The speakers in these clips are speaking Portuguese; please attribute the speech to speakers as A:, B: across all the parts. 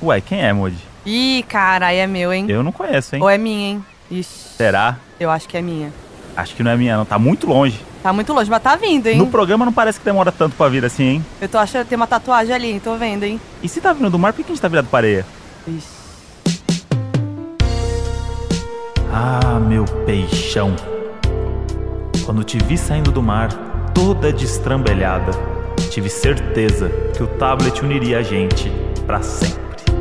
A: Ué, quem é, Moody?
B: Ih, cara, aí é meu, hein?
A: Eu não conheço, hein?
B: Ou é minha, hein? Ixi.
A: Será?
B: Eu acho que é minha.
A: Acho que não é minha, não. Tá muito longe.
B: Tá muito longe, mas tá vindo, hein?
A: No programa não parece que demora tanto pra vir assim, hein?
B: Eu tô achando que tem uma tatuagem ali, hein? Tô vendo, hein?
A: E se tá vindo do mar, por que a gente tá virado pra areia?
B: Ixi.
A: Ah, meu peixão. Quando te vi saindo do mar, toda destrambelhada, tive certeza que o tablet uniria a gente pra sempre.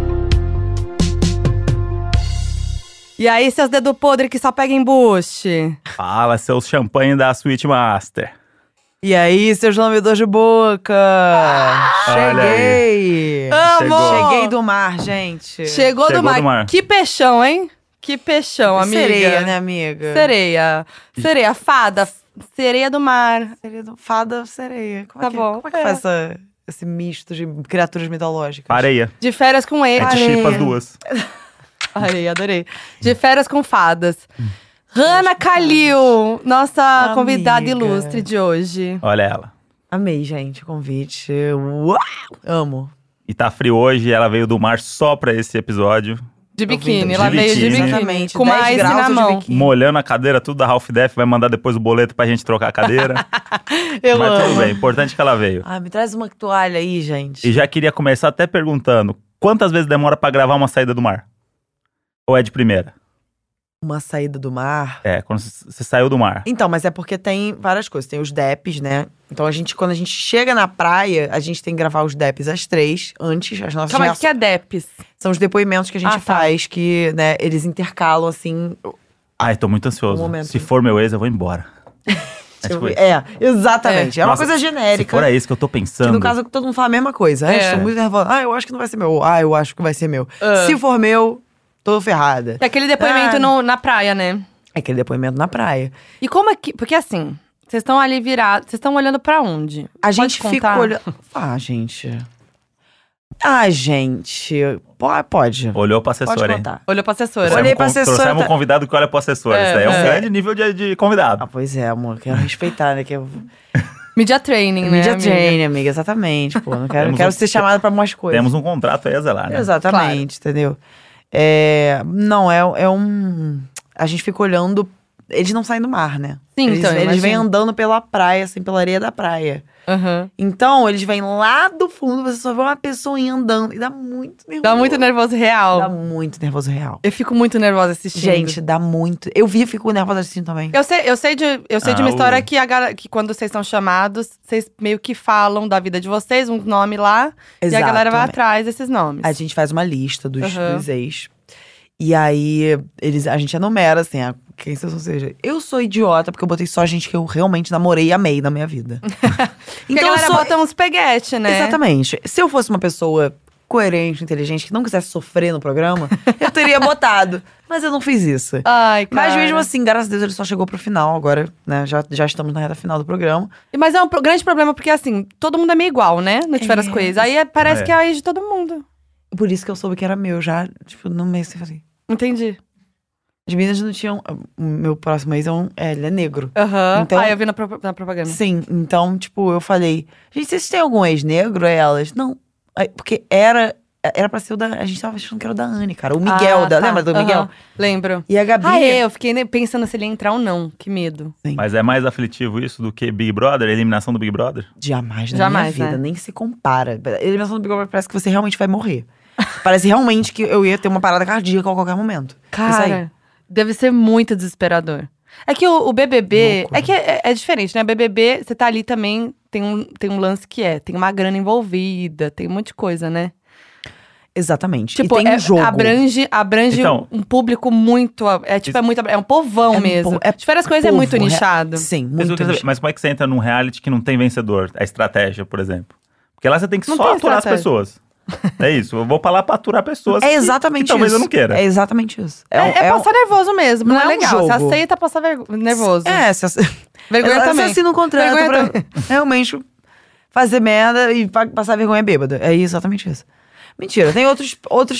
B: E aí, seus dedos podres que só pegam embuste?
A: Fala, seus champanhe da Sweet Master.
C: E aí, seus lambedores de boca? Cheguei!
B: Amo!
C: Cheguei do mar, gente.
B: Chegou do mar. Que peixão, hein? Que peixão, amiga.
C: Sereia, né, amiga?
B: Sereia, fada. Sereia do mar.
C: Fada, sereia. Como
B: Tá
C: é que,
B: bom,
C: Como é que faz esse misto de criaturas mitológicas?
A: Areia.
B: De férias com ele.
A: É de chip as duas.
B: Areia, adorei. De férias com fadas. Hanna Kalil, nossa
C: Amiga.
B: convidada ilustre de hoje.
A: Olha ela.
C: Amei, gente, o convite. Uau! Amo.
A: E tá frio hoje, ela veio do mar só pra esse episódio.
B: De biquíni,
C: De
B: ela veio de
A: biquíni.
B: biquíni.
C: Exatamente,
B: Com
C: 10
B: mais
C: graus
B: na
C: de
B: mão.
C: biquíni.
A: Molhando a cadeira, tudo da Half Def, vai mandar depois o boleto pra gente trocar a cadeira.
B: Eu
A: Mas
B: amo.
A: tudo bem, importante que ela veio.
C: Ah, me traz uma toalha aí, gente.
A: E já queria começar até perguntando, quantas vezes demora pra gravar uma saída do mar? Ou é de primeira?
C: Uma saída do mar.
A: É, quando você saiu do mar.
C: Então, mas é porque tem várias coisas. Tem os DEPs, né? Então, quando a gente chega na praia, a gente tem que gravar os DEPs às 3, antes, as nossas
B: Calma, o
C: reações.
B: que é DEPs?
C: São os depoimentos que a gente
B: Ah, tá.
C: faz, que, né, eles intercalam, assim.
A: Ai, tô muito ansioso.
C: Um momento.
A: Se for meu ex, eu vou embora. tipo isso.
C: Exatamente. É uma
A: Nossa,
C: coisa
A: Se
C: genérica.
A: for é isso que eu tô
C: Que
A: pensando.
C: no caso, todo mundo fala a mesma coisa. Ah, estou muito nervosa. Ah, eu acho que não vai ser meu. Ah, eu acho que vai ser meu. Se for meu, tô ferrada.
B: É aquele depoimento na praia, né?
C: É aquele depoimento na praia.
B: E como é que… Porque assim, vocês estão ali virados… Vocês estão olhando pra onde?
C: A
B: Pode
C: gente
B: contar?
C: fica olhando. Gente. Pode.
A: Olhou pra
C: Pode
A: assessora, hein?
C: contar.
B: Olhou pra assessora.
C: Olhei pra assessora,
A: Trouxemos um
C: tá-
A: convidado que olha pro assessor. Isso daí é um grande nível de convidado.
C: Ah, pois é, amor. Quero respeitar, né? Que eu...
B: Media training, né,
C: Media
B: amiga?
C: training, amiga. Exatamente, pô. Não quero,
A: Temos
C: quero
A: um-
C: ser chamada pra umas coisas.
A: Temos um contrato aí a zelar, né?
C: Exatamente, entendeu? Não, é um… A gente fica olhando… Eles não saem do mar, né?
B: Sim,
C: eles,
B: então,
C: eles vêm
B: imagino.
C: andando pela praia, assim, pela areia da praia.
B: Aham.
C: Então, eles vêm lá do fundo, você só vê uma pessoinha andando. E dá muito nervoso.
B: Dá muito nervoso real.
C: Dá muito nervoso real.
B: Eu fico muito nervosa assistindo.
C: Gente, dá muito… Eu fico nervosa assistindo também.
B: Eu sei de uma
A: Ah,
B: história que quando vocês são chamados, vocês meio que falam da vida de vocês, um nome lá, e a galera vai
C: Exatamente.
B: atrás desses nomes.
C: A gente faz uma lista dos
B: Aham.
C: ex. E aí, a gente enumera, assim, quem ou seja. Eu sou idiota, porque eu botei só gente que eu realmente namorei e amei na minha vida.
B: Porque a galera bota uns peguete, né?
C: Exatamente. Se eu fosse uma pessoa coerente, inteligente, que não quisesse sofrer no programa, eu teria botado. Mas eu não fiz isso.
B: Ai, cara.
C: Mas mesmo assim, graças a Deus, ele só chegou pro final agora, né? Já estamos na reta final do programa.
B: Mas é um grande problema, porque assim, todo mundo é meio igual, né? No Tiveras Coisas. Aí parece
A: É.
B: que é a ex de todo mundo.
C: Por isso que eu soube que era meu, já, tipo, no mês que eu falei.
B: Entendi.
C: As meninas não tinham. O meu próximo ex ele é negro.
B: Aham.
C: Então-
B: Eu vi na propaganda.
C: Sim, então, tipo, eu falei, gente, vocês têm algum ex negro? Aí elas, não. Aí, porque era pra ser o da. A gente tava achando que era o da Anne, cara. O Miguel,
B: Tá.
C: lembra do Miguel?
B: Aham. Lembro.
C: E a Gabi.
B: Eu fiquei pensando se ele ia entrar ou não. Que medo.
A: Mas é mais aflitivo isso do que Big Brother, a eliminação do Big Brother?
C: Jamais na
B: Jamais,
C: minha vida,
B: né?
C: nem se compara. A eliminação do Big Brother parece que você realmente vai morrer. Parece realmente que eu ia ter uma parada cardíaca a qualquer momento. Isso aí.
B: Cara, deve ser muito desesperador. É que o BBB…
C: Louco,
B: é que é diferente, né? BBB, você tá ali também, tem um lance que tem uma grana envolvida, tem um monte de coisa, né?
C: Exatamente.
B: Tipo,
C: e tem um jogo.
B: abrange
A: Então-
B: um público muito… É um povão mesmo. De várias coisas é muito
C: povo,
B: nichado.
C: Sim,
A: Isso
C: muito
A: eu quero saber.
C: nichado.
A: Mas como é que você entra num reality que não tem vencedor? A estratégia, por exemplo. Porque lá você tem que
B: Não
A: só
B: tem
A: aturar as
B: estratégia.
A: pessoas. É isso, eu vou pra lá pra aturar pessoas
C: É exatamente
A: que talvez
C: isso.
A: eu não queira.
C: É exatamente isso.
B: É passar nervoso mesmo, não,
C: não
B: é
C: é um
B: legal. Você
C: jogo.
B: aceita passar nervoso.
C: Vergonha
B: Vergonha também.
C: Você assina um contrato
B: Vergonha
C: pra realmente fazer merda e passar vergonha bêbada. É exatamente isso. Mentira, tem outros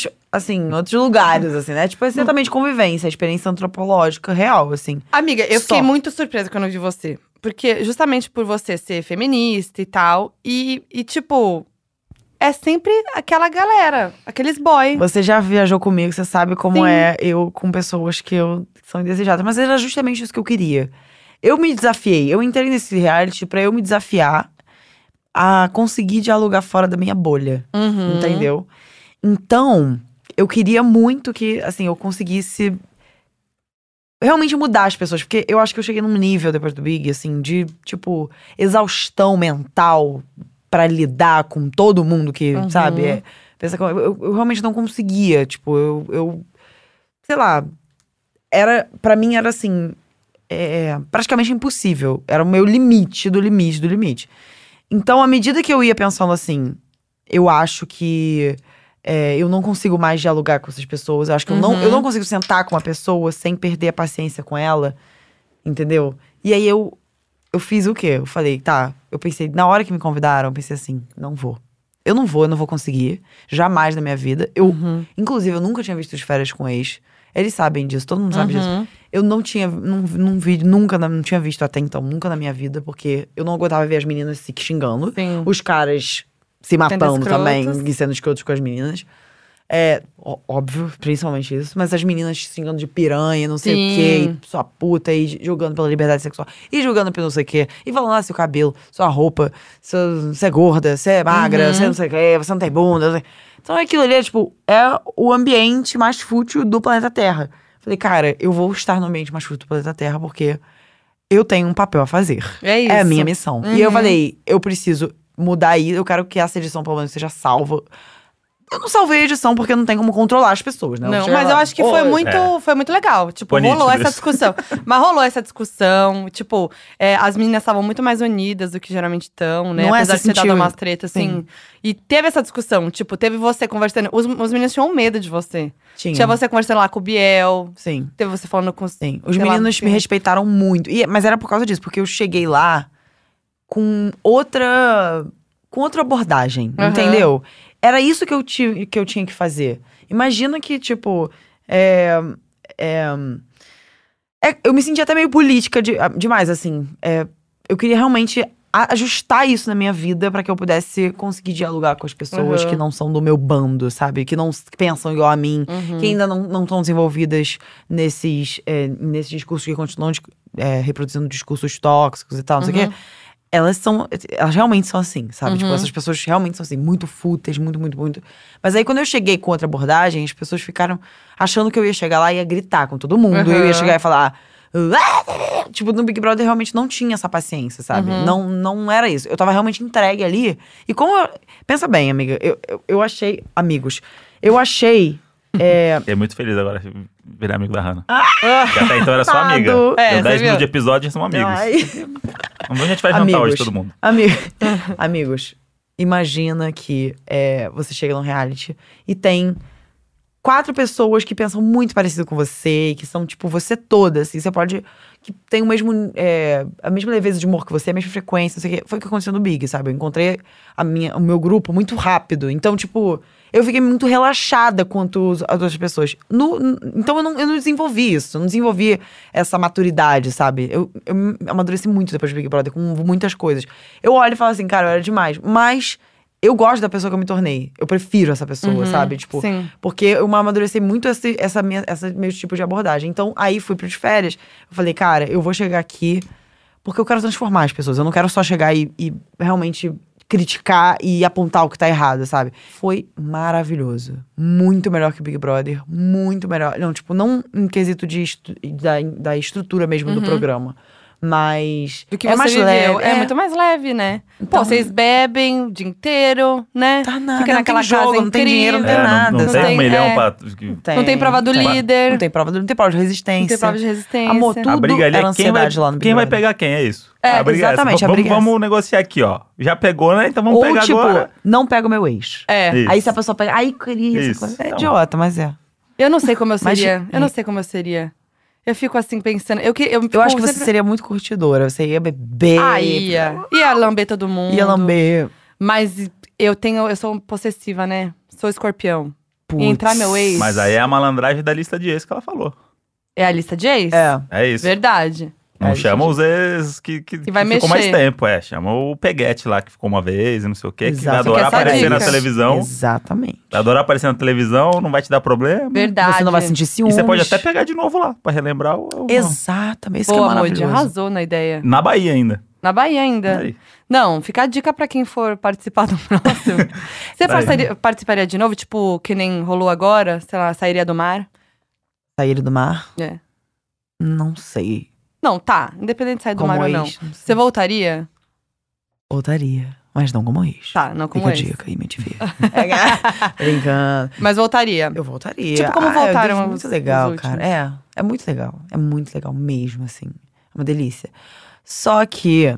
C: lugares, assim, né? Tipo, exatamente convivência, experiência antropológica real, assim.
B: Amiga, eu fiquei
C: Só.
B: muito surpresa quando eu vi você. Porque justamente por você ser feminista e tal, e tipo… é sempre aquela galera, aqueles boy.
C: Você já viajou comigo, você sabe como
B: Sim.
C: é eu com pessoas que são indesejadas. Mas era justamente isso que eu queria. Eu me desafiei, eu entrei nesse reality pra eu me desafiar a conseguir dialogar fora da minha bolha.
B: Uhum.
C: Entendeu? Então, eu queria muito que, assim, eu conseguisse realmente mudar as pessoas. Porque eu acho que eu cheguei num nível depois do Big, assim, de, tipo, exaustão mental pra lidar com todo mundo que, sabe? Pensa que eu realmente não conseguia. Tipo, eu sei lá. Pra mim era assim, praticamente impossível. Era o meu limite do limite do limite. Então, à medida que eu ia pensando assim, eu acho que eu não consigo mais dialogar com essas pessoas. Eu acho que eu não consigo sentar com uma pessoa sem perder a paciência com ela. Entendeu? E aí eu fiz o quê? Eu falei, tá. Eu pensei, na hora que me convidaram, eu pensei assim, não vou. Eu não vou conseguir. Jamais na minha vida. Inclusive, eu nunca tinha visto De Férias com Ex. Eles sabem disso, todo mundo sabe disso. Eu não tinha, não vi, nunca, não tinha visto até então, nunca na minha vida, porque eu não aguentava ver as meninas se xingando.
B: Sim.
C: Os caras se matando
B: escrotos.
C: também e sendo escrotos com as meninas. Óbvio, principalmente isso. Mas as meninas xingando de piranha, não sei o quê, e sua puta, e julgando pela liberdade sexual, e julgando pelo não sei o quê, e falando seu cabelo, sua roupa, você é gorda, você é magra, você não sei o quê, você não tem bunda. Não sei. Então aquilo ali é o ambiente mais fútil do planeta Terra. Falei, cara, eu vou estar no ambiente mais fútil do planeta Terra porque eu tenho um papel a fazer.
B: É isso.
C: É a minha missão. E eu falei, eu preciso mudar isso, eu quero que essa edição pelo menos seja salva. Eu não salvei a edição porque não tem como controlar as pessoas, né?
B: Não, mas eu acho que foi muito legal. Tipo,
A: Bonito
B: rolou essa
A: isso.
B: discussão. Mas rolou essa discussão. Tipo, as meninas estavam muito mais unidas do que geralmente estão, né?
C: Não é?
B: Apesar
C: Você
B: de ter dado
C: sentiu?
B: umas tretas, assim.
C: Sim.
B: E teve essa discussão. Tipo, teve você conversando. Os meninos tinham medo de você.
C: Tinha
B: você conversando lá com o Biel.
C: Sim.
B: Teve você falando com
C: Sim. Os
B: sei lá,
C: meninos me respeitaram muito. Mas era por causa disso, porque eu cheguei lá com outra abordagem, entendeu? Era isso que eu tinha que fazer. Imagina que, tipo, eu me senti até meio política demais, assim. Eu queria realmente ajustar isso na minha vida pra que eu pudesse conseguir dialogar com as pessoas que não são do meu bando, sabe? Que não pensam igual a mim, que ainda não estão desenvolvidas nesses discursos que continuam reproduzindo discursos tóxicos e tal, não sei o quê. Elas realmente são assim, sabe? Tipo, essas pessoas realmente são assim, muito fúteis, muito, muito, muito. Mas aí, quando eu cheguei com outra abordagem, as pessoas ficaram achando que eu ia chegar lá e ia gritar com todo mundo. Eu ia chegar e falar... Tipo, no Big Brother realmente não tinha essa paciência, sabe? Não era isso. Eu tava realmente entregue ali. E como pensa bem, amiga. Eu achei... Amigos. Eu achei...
A: Fiquei muito feliz agora virar amigo da Hannah. Porque até então era só amiga. Deu 10
B: você
A: minutos
B: viu?
A: de episódio e são amigos.
C: Ai.
A: Vamos ver, a gente vai jantar hoje todo mundo.
C: Amigos, imagina que você chega num reality e tem 4 pessoas que pensam muito parecido com você, que são, tipo, você toda, assim. Você pode... Que tem a mesma leveza de humor que você, a mesma frequência, não sei o quê. Foi o que aconteceu no Big, sabe? Eu encontrei o meu grupo muito rápido. Então, tipo, eu fiquei muito relaxada quanto as outras pessoas. Então, eu não desenvolvi isso. Eu não desenvolvi essa maturidade, sabe? Eu amadureci muito depois do Big Brother, com muitas coisas. Eu olho e falo assim, cara, eu era demais. Mas... eu gosto da pessoa que eu me tornei. Eu prefiro essa pessoa, sabe? Tipo,
B: sim.
C: porque eu amadureci muito esse meu tipo de abordagem. Então, aí fui pro de férias. Eu falei, cara, eu vou chegar aqui porque eu quero transformar as pessoas. Eu não quero só chegar e realmente criticar e apontar o que tá errado, sabe? Foi maravilhoso. Muito melhor que o Big Brother. Muito melhor. Não, tipo, não em quesito da estrutura mesmo do programa. Mas
B: Do que
C: é
B: você
C: mais
B: viveu.
C: leve.
B: É muito mais leve, né?
C: Então-
B: Pô, vocês bebem o dia inteiro, né?
C: Tá nada,
B: Fica
C: não
B: naquela
C: tem jogo,
B: casa
C: não tem dinheiro, não tem
B: incrível.
C: nada.
A: Não tem
B: tem-
A: 1 milhão
B: é.
A: pra...
B: Não tem prova do líder.
C: Não tem prova de resistência.
B: Não tem prova de resistência.
C: Amor, tudo
A: A briga ali
C: era
A: é quem vai,
C: ansiedade lá no Big
A: quem vai
C: Brother.
A: pegar quem, é isso.
C: É,
A: A briga
C: exatamente,
A: é
C: a
A: essa.
C: briga é
A: Vamos negociar aqui, ó. Já pegou, né? Então vamos
C: Ou,
A: pegar
C: tipo,
A: agora.
C: não pega o meu ex.
B: É.
A: Isso.
C: Aí se a pessoa pega, aí queria essa
A: Isso.
C: coisa. É
A: Então.
C: idiota, mas é.
B: Eu não sei como eu
C: Mas-
B: seria. Eu não sei como eu seria. Eu fico assim pensando. Eu
C: Eu acho que você seria muito curtidora. Você ia beber.
B: Ia lamber todo mundo.
C: Ia lamber.
B: Mas eu sou possessiva, né? Sou escorpião.
C: Putz.
B: E entrar meu ex.
A: Mas aí é a malandragem da lista de ex que ela falou.
B: É a lista de ex?
C: É.
A: É isso.
B: Verdade.
A: Não chama os ex que
B: vai
A: ficou mais
B: mexer.
A: tempo, chama o Peguete lá, que ficou uma vez e não sei o quê, que vai
C: Exato.
A: adorar
B: Fica essa
A: aparecer na
B: dica.
A: televisão.
C: Exatamente.
A: Vai adorar aparecer na televisão, não vai te dar problema.
B: Verdade.
C: Você não vai sentir
A: E
C: ciúmes.
A: você pode até pegar de novo lá, pra relembrar o...
C: Exatamente. Isso que é
B: Boa, Moody,
C: maravilhoso.
B: arrasou na ideia.
A: Na Bahia ainda.
B: Na Bahia ainda.
A: Aí.
B: Não, fica a dica pra quem for participar do próximo. Você participaria de novo? Tipo, que nem rolou agora? Sei lá, sairia do mar?
C: Sair do mar?
B: É.
C: Não sei.
B: Não, tá. Independente de sair do
C: Como
B: mar ou não.
C: ex, não sei.
B: Você voltaria?
C: Voltaria. Mas não como ex.
B: Tá, não como
C: Fica a
B: ex.
C: dica aí, me vê. Brincando.
B: Mas voltaria.
C: Eu voltaria.
B: Tipo, como voltaram
C: é
B: os-
C: muito legal,
B: os últimos.
C: cara. É muito legal. É muito legal mesmo, assim. É uma delícia. Só que...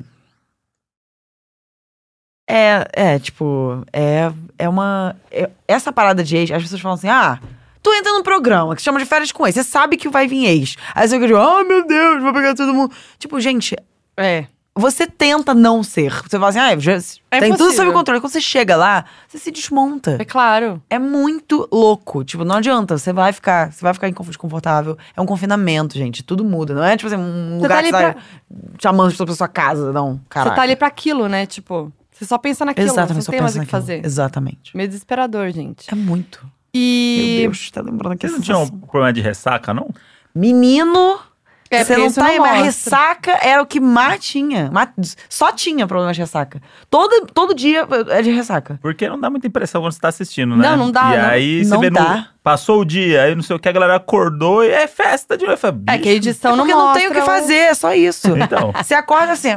C: Essa parada de ex, as pessoas falam assim, tu entra num programa que se chama de férias com ex, você sabe que vai vir ex. Aí você fica tipo, meu Deus, vou pegar todo mundo. Tipo, gente,
B: É.
C: você tenta não ser. Você fala assim, já tem tudo
B: impossível.
C: sob controle. Quando você chega lá, você se desmonta.
B: É claro.
C: É muito louco. Tipo, não adianta. Você vai ficar desconfortável. É um confinamento, gente. Tudo muda. Não é, tipo assim, um
B: Você
C: lugar
B: tá
C: que
B: ali
C: você tá chamando as pessoas pra sua casa. Não, caraca.
B: Você tá ali pra aquilo, né? Tipo, você só pensa naquilo.
C: Exatamente,
B: Você
C: só
B: não tem mais
C: pensa
B: o que
C: naquilo.
B: fazer.
C: Exatamente.
B: Meio desesperador, gente.
C: É muito. Meu
B: E...
C: Deus, tá lembrando aqui
A: Você
C: essa
A: não tinha um
C: sensação.
A: problema de ressaca, não?
C: Menino...
B: É,
C: você
B: porque
C: não
B: isso
C: tá
B: não
C: aí, mas
B: mostra.
C: ressaca era o que mais tinha. Só tinha problema de ressaca. Todo dia é de ressaca.
A: Porque não dá muita impressão quando você tá assistindo, né?
B: Não, não dá,
A: E
B: não.
A: aí você
C: Não
A: vê
C: dá.
A: passou o dia, aí não sei o que, a galera acordou e é festa de novo. Fala,
B: É que a
A: "Bicho,
B: edição não
C: Porque
B: mostra.
C: não tem o que fazer, é só isso.
A: Então.
C: Você acorda assim,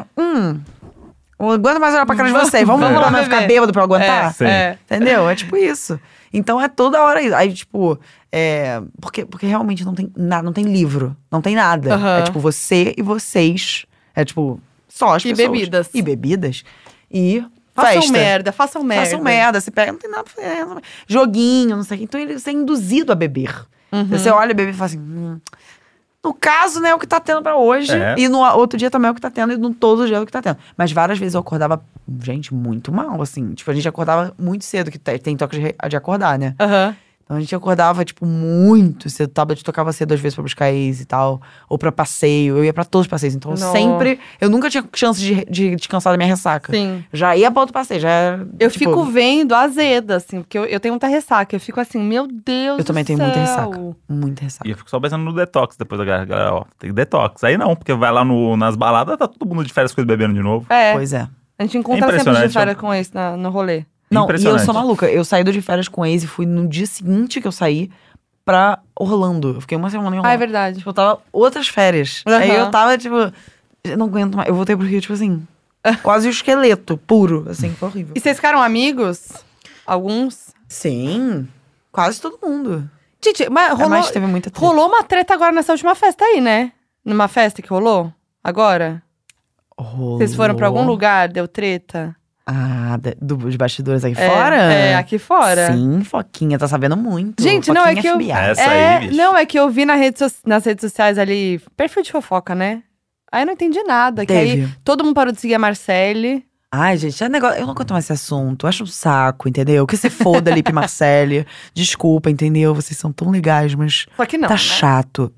C: não aguento mais olhar pra cara de vocês. Vamos
B: Vamos lá
C: lá ficar
B: beber.
C: bêbado pra eu aguentar?
A: Sim.
C: Entendeu? É tipo isso. Então é toda hora isso. Aí, tipo, porque realmente não tem nada, não tem livro, não tem nada.
B: Aham.
C: É tipo você e vocês. É tipo, só as
B: E
C: pessoas.
B: bebidas.
C: E bebidas. E
B: Façam
C: festa.
B: merda, façam merda.
C: Façam merda, você pega, não tem nada pra fazer. Joguinho, não sei o que. Então você é induzido a beber.
B: Uhum.
C: Você olha e bebe e fala assim. No caso, né, é o que tá tendo pra hoje.
A: É.
C: E no outro dia também é o que tá tendo. E no todo dia é o que tá tendo. Mas várias vezes eu acordava, gente, muito mal, assim. Tipo, a gente acordava muito cedo, que tem toque de acordar, né?
B: Aham.
C: Então a gente acordava, tipo, muito cedo. O tablet tocava cedo às vezes pra buscar ex e tal. Ou pra passeio. Eu ia pra todos os passeios. Então
B: Nossa.
C: sempre... Eu nunca tinha chance de descansar da minha ressaca.
B: Sim.
C: Já ia pra outro passeio, já era,
B: Eu
C: tipo,
B: fico vendo azeda, assim, porque eu tenho muita ressaca. Eu fico assim, meu Deus
C: Eu também
B: do
C: tenho muita
B: céu.
C: ressaca. Muita ressaca.
A: E eu fico só pensando no detox depois da galera, ó, tem detox. Aí não, porque vai lá nas baladas, tá todo mundo de férias, coisa bebendo de novo.
B: É,
C: Pois é.
B: a gente encontra sempre
A: impressionante,
B: de férias com esse no rolê.
C: Não, e eu
A: Impressionante.
C: sou maluca. Eu saí de férias com ex e fui no dia seguinte que eu saí pra Orlando. Eu fiquei uma semana em Orlando.
B: Ah, é verdade.
C: Tipo, eu tava outras férias.
B: Aham.
C: Aí eu tava, tipo, eu não aguento mais. Eu voltei pro Rio, tipo assim, quase o esqueleto puro. Assim, foi horrível.
B: E vocês ficaram amigos? Alguns?
C: Sim, quase todo mundo.
B: Gente, mas rolou,
C: Mas teve muita treta.
B: rolou uma treta agora nessa última festa aí, né? Numa festa que rolou? Agora? Vocês foram pra algum lugar, deu treta?
C: Dos bastidores aqui fora?
B: Aqui fora.
C: Sim, Foquinha, tá sabendo muito.
B: Gente, não, é
C: Foquinha
B: que eu-
C: FBI.
A: Essa aí, bicho.
B: Não, é que eu vi nas redes sociais ali, perfil de fofoca, né? Aí eu não entendi nada. Que aí
C: Teve.
B: todo mundo parou de seguir a Marcele.
C: Ai, gente, é negócio. Eu não aguento mais esse assunto. Eu acho um saco, entendeu? Que se foda, Lipe e Marcele. Desculpa, entendeu? Vocês são tão legais, mas
B: Só que não.
C: tá
B: né?
C: chato.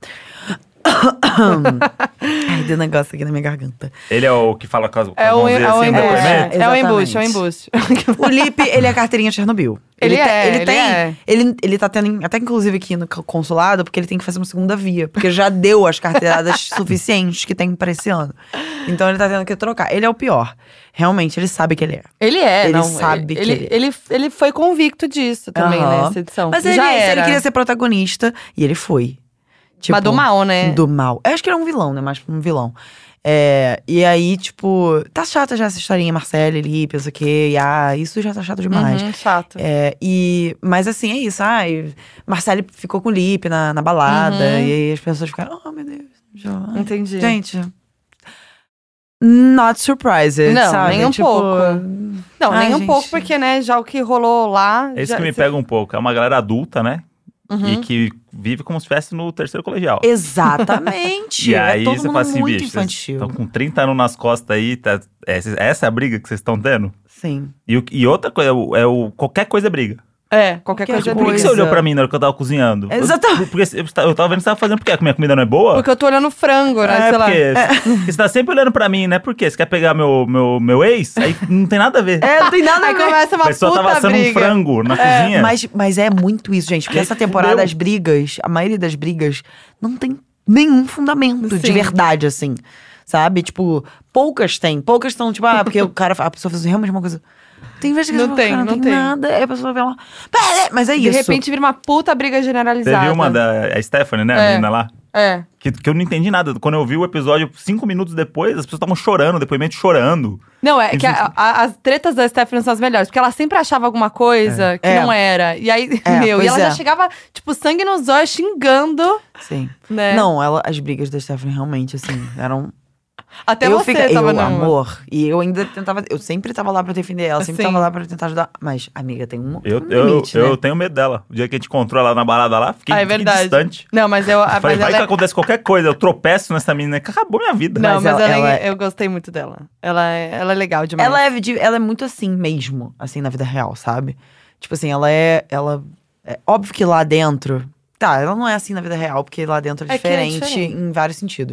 C: Ai, deu negócio aqui na minha garganta.
A: Ele é o que fala com as
B: É o
A: mãozinhas assim, no
B: embuste.
A: depoimento?
B: É o embuste, é o
C: Exatamente.
B: embuste.
C: O Lipe, ele é carteirinha Chernobyl.
B: Ele
C: Ele tá tendo, até inclusive aqui no consulado, porque ele tem que fazer uma segunda via. Porque já deu as carteiradas suficientes que tem pra esse ano. Então ele tá tendo que trocar. Ele é o pior. Realmente, ele sabe que ele é.
B: Ele é,
C: Ele
B: não.
C: sabe que
B: ele foi convicto disso também,
C: Aham.
B: nessa edição.
C: Mas
B: Já
C: ele
B: era.
C: queria ser protagonista, e ele foi. Tipo,
B: Mas do mal, né?
C: Do mal. Eu acho que ele é um vilão, né? Mais um vilão. E aí, tipo, tá chata já essa historinha, Marcelo, Lipe, não sei o quê. E isso já tá chato demais.
B: Chato.
C: Mas assim, é isso. Marcelo ficou com o Lipe na balada.
B: Uhum.
C: E aí as pessoas ficaram, oh meu Deus.
B: Entendi.
C: Gente, not surprised,
B: Não,
C: sabe?
B: nem um
C: Tipo,
B: pouco. Não,
C: ai,
B: nem um
C: gente.
B: pouco, porque, né, já o que rolou lá…
A: É isso
B: já-
A: que me pega um pouco. É uma galera adulta, né?
B: Uhum.
A: E que vive como se estivesse no terceiro colegial.
C: Exatamente.
A: E aí
C: todo
A: você
C: mundo
A: fala assim,
C: muito
A: bicho, vocês
C: infantil.
A: estão com 30 anos nas costas aí, essa é a briga que vocês estão tendo?
C: Sim.
A: E outra coisa, qualquer coisa é briga.
B: Qualquer
C: Qualquer
B: coisa é
A: Por que
B: briga.
A: você olhou pra mim na hora que eu tava cozinhando?
C: Exatamente.
A: Porque eu tava vendo que você tava fazendo por quê? A minha comida não é boa?
B: Porque eu tô olhando frango, né? Sei lá.
A: porque você tá sempre olhando pra mim, né? Por quê? Você quer pegar meu ex? Aí não tem nada a ver.
C: Não tem nada a
B: Aí
C: ver.
B: começa
A: A
B: uma
A: pessoa
B: puta
A: tava assando um
B: briga.
A: frango na cozinha.
C: Mas é muito isso, gente. Porque essa temporada,
A: Fudeu.
C: as brigas, a maioria das brigas, não tem nenhum fundamento de
B: Sim.
C: verdade, assim. Sabe? Tipo, poucas tem. Poucas estão, tipo, porque a pessoa fez realmente uma coisa. Tem vezes que
B: Não
C: você fala,
B: tem,
C: cara,
B: não tem.
C: nada. Aí a pessoa vai lá. Mas é
B: De
C: isso.
B: repente vira uma puta briga
A: Você
B: generalizada.
A: viu uma da Stephanie, né? A
B: É.
A: menina lá?
B: É.
A: Que eu não entendi nada. Quando eu vi o episódio, 5 minutos depois, as pessoas estavam chorando, depoimento chorando.
B: Não, é que as tretas da Stephanie são as melhores. Porque ela sempre achava alguma coisa que não era. E aí, e
C: pois
B: ela
C: é.
B: já chegava, tipo, sangue nos olhos, xingando.
C: Sim.
B: Né?
C: Não, as brigas da Stephanie realmente, assim, eram.
B: Até você tava numa.
C: amor. E eu ainda tentava. Eu sempre tava lá pra defender ela, sempre
B: Sim.
C: tava lá pra tentar ajudar. Mas, amiga, tem um
A: Eu
C: limite, né?
A: tenho medo dela. O dia que a gente encontrou ela na balada lá, fiquei,
B: É
A: fiquei
B: verdade.
A: distante.
B: Não, mas eu.
A: Falei,
B: Mas
A: vai
B: ela
A: que acontece qualquer coisa, eu tropeço nessa menina, que acabou minha vida.
B: Não,
C: Mas
B: mas
C: ela-
B: eu gostei muito dela. Ela é legal demais.
C: Ela é muito assim mesmo, assim, na vida real, sabe? Tipo assim, é óbvio que lá dentro. Tá, ela não é assim na vida real, porque lá dentro é
B: É que é
C: diferente
B: diferente.
C: em vários sentidos.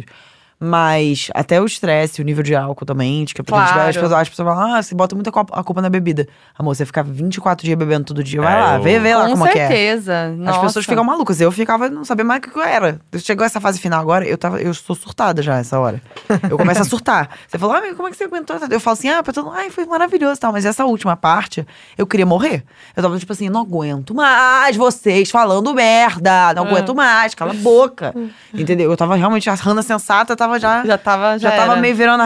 C: Mas até o estresse, o nível de álcool também, de que
B: Claro.
C: as pessoas falam, você bota muita a culpa na bebida. Amor, você ficar 24 dias bebendo todo dia, vai
A: É,
C: lá,
A: eu-
C: vê lá
B: Com
C: como é que é.
B: certeza.
C: As
B: Nossa.
C: pessoas ficam malucas. Eu ficava, não sabia mais o que eu era. Chegou essa fase final agora, eu sou surtada já essa hora. Eu começo a surtar. Você falou, como é que você aguentou? Eu falo assim, pra todo mundo, foi maravilhoso e tal. Mas essa última parte, eu queria morrer. Eu tava tipo assim, não aguento mais vocês falando merda. Não aguento mais, cala a boca. Entendeu? Eu tava realmente, a Hannah sensata, tava
B: Já tava
C: tava meio virando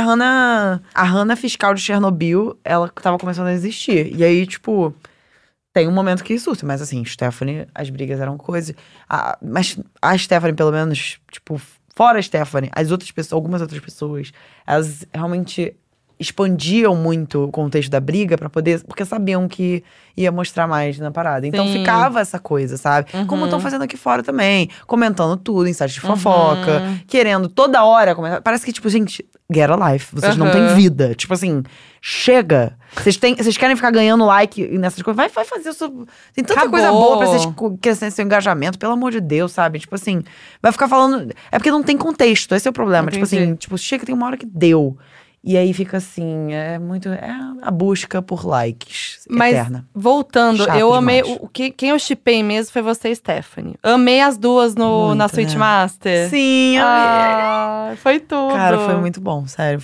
C: a Hannah fiscal de Chernobyl, ela tava começando a existir. E aí, tipo, tem um momento que surta, mas assim, Stephanie, as brigas eram coisa. Mas a Stephanie, pelo menos, tipo, fora a Stephanie, algumas outras pessoas, elas realmente expandiam muito o contexto da briga pra poder, porque sabiam que ia mostrar mais na parada. Então
B: Sim.
C: ficava essa coisa, sabe? Como estão fazendo aqui fora também, comentando tudo em site de fofoca, querendo toda hora comentar. Parece que, tipo, gente, get a life. Vocês não têm vida. Tipo assim, chega. Vocês querem ficar ganhando like nessas coisas? Vai fazer o seu. Tem tanta
B: Acabou.
C: coisa boa pra vocês crescerem seu engajamento, pelo amor de Deus, sabe? Tipo assim, vai ficar falando. É porque não tem contexto, esse é o problema. Tipo
B: Entendi.
C: assim, chega, tem uma hora que deu. E aí fica assim, é a busca por likes
B: Mas,
C: eterna.
B: voltando,
C: Chato
B: eu amei.
C: demais.
B: Quem eu shippei mesmo foi você e Stephanie. Amei as duas
C: Muito,
B: na Switch
C: né?
B: Master.
C: Sim,
B: Ah, foi tudo.
C: Cara, foi muito bom, sério.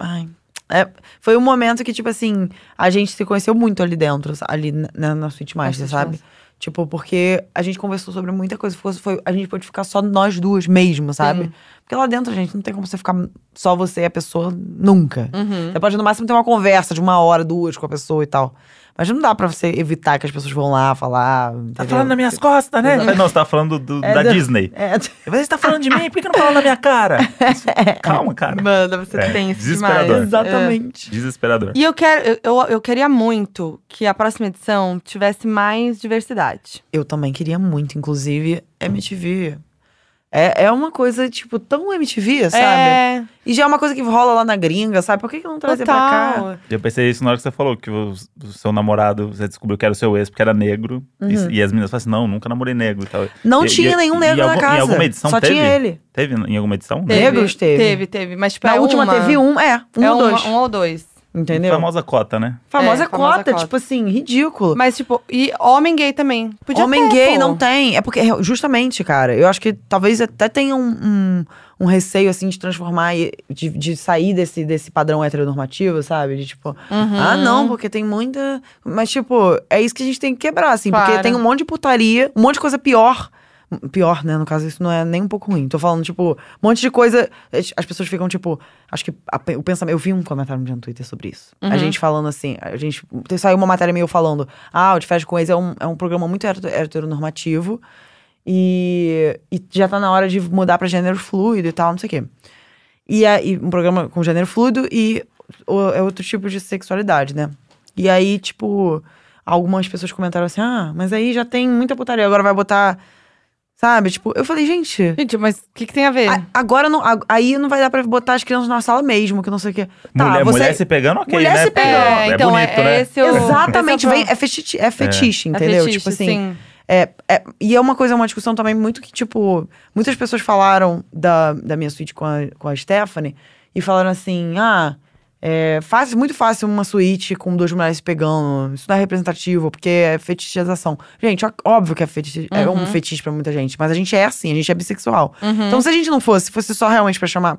C: Foi um momento que, tipo assim, a gente se conheceu muito ali dentro, ali na Switch Master,
B: Switch
C: sabe?
B: Master.
C: Tipo, porque a gente conversou sobre muita coisa. A gente pôde ficar só nós duas mesmo, sabe?
B: Sim.
C: Porque lá dentro, gente, não tem como você ficar só você e a pessoa nunca.
B: Uhum.
C: Você pode, no máximo, ter uma conversa de 1 hora, 2 com a pessoa e tal. Mas não dá pra você evitar que as pessoas vão lá falar.
A: Tá
C: entendeu?
A: falando nas minhas costas, né? Não, você tá falando da Disney. Você tá falando de mim? Por que não fala na minha cara? Calma, cara.
B: Mano, você tem isso demais.
A: desesperador.
C: Exatamente.
A: Desesperador.
B: E eu queria muito que a próxima edição tivesse mais diversidade.
C: Eu também queria muito, inclusive, MTV. É uma coisa, tipo, tão MTV, sabe?
B: É,
C: E já é uma coisa que rola lá na gringa, sabe? Por que não trazer pra cá?
B: total.
A: Eu pensei isso na hora que você falou, que o seu namorado, você descobriu que era o seu ex porque era negro. E as meninas falaram assim, não, nunca namorei negro e tal.
C: Não tinha nenhum negro na casa.
A: Em alguma edição
C: Só
A: teve?
C: tinha ele.
A: Teve em alguma edição?
C: Negros teve.
B: Teve. Mas, tipo,
C: Na última teve um ou dois.
B: Um ou dois.
C: Entendeu?
A: Famosa cota, né?
C: Famosa
B: famosa
C: cota,
B: cota.
C: tipo assim, ridículo.
B: Mas, tipo, e homem gay também. Podia
C: Homem
B: ter,
C: gay
B: pô.
C: não tem. É porque, justamente, cara, eu acho que talvez até tenha um receio, assim, de transformar, de sair desse padrão heteronormativo, sabe? De tipo, não, porque tem muita. Mas, tipo, é isso que a gente tem que quebrar, assim, porque
B: Claro.
C: tem um monte de putaria, um monte de coisa pior. Pior, né? No caso, isso não é nem um pouco ruim. Tô falando, tipo, um monte de coisa. As pessoas ficam, tipo. Acho que o pensamento. Eu vi um comentário no Twitter sobre isso. A gente falando assim. Saiu uma matéria meio falando. O De Férias com Ex é um programa muito heteronormativo. E já tá na hora de mudar pra gênero fluido e tal, não sei o quê. E um programa com gênero fluido e é outro tipo de sexualidade, né? E aí, tipo, algumas pessoas comentaram assim: mas aí já tem muita putaria, agora vai botar. Sabe? Tipo, eu falei, gente…
B: Gente, mas o que tem a ver?
C: Agora não, aí não vai dar pra botar as crianças na sala mesmo, que não sei o quê. Tá,
A: Mulher se pegando, ok,
C: mulher
A: né?
C: se pegando.
A: É
B: então,
A: bonito, né?
B: esse é o…
C: Exatamente,
B: esse
C: é fetiche, entendeu?
B: fetiche,
C: tipo assim…
B: sim.
C: E é uma discussão também muito que, tipo… Muitas pessoas falaram da minha suíte com a Stephanie e falaram assim, muito fácil uma suíte com 2 mulheres se pegando. Isso não é representativo, porque é fetichização. Gente, óbvio que é um fetiche pra muita gente, mas a gente é assim, a gente é bissexual. Então, se a gente não fosse só realmente pra chamar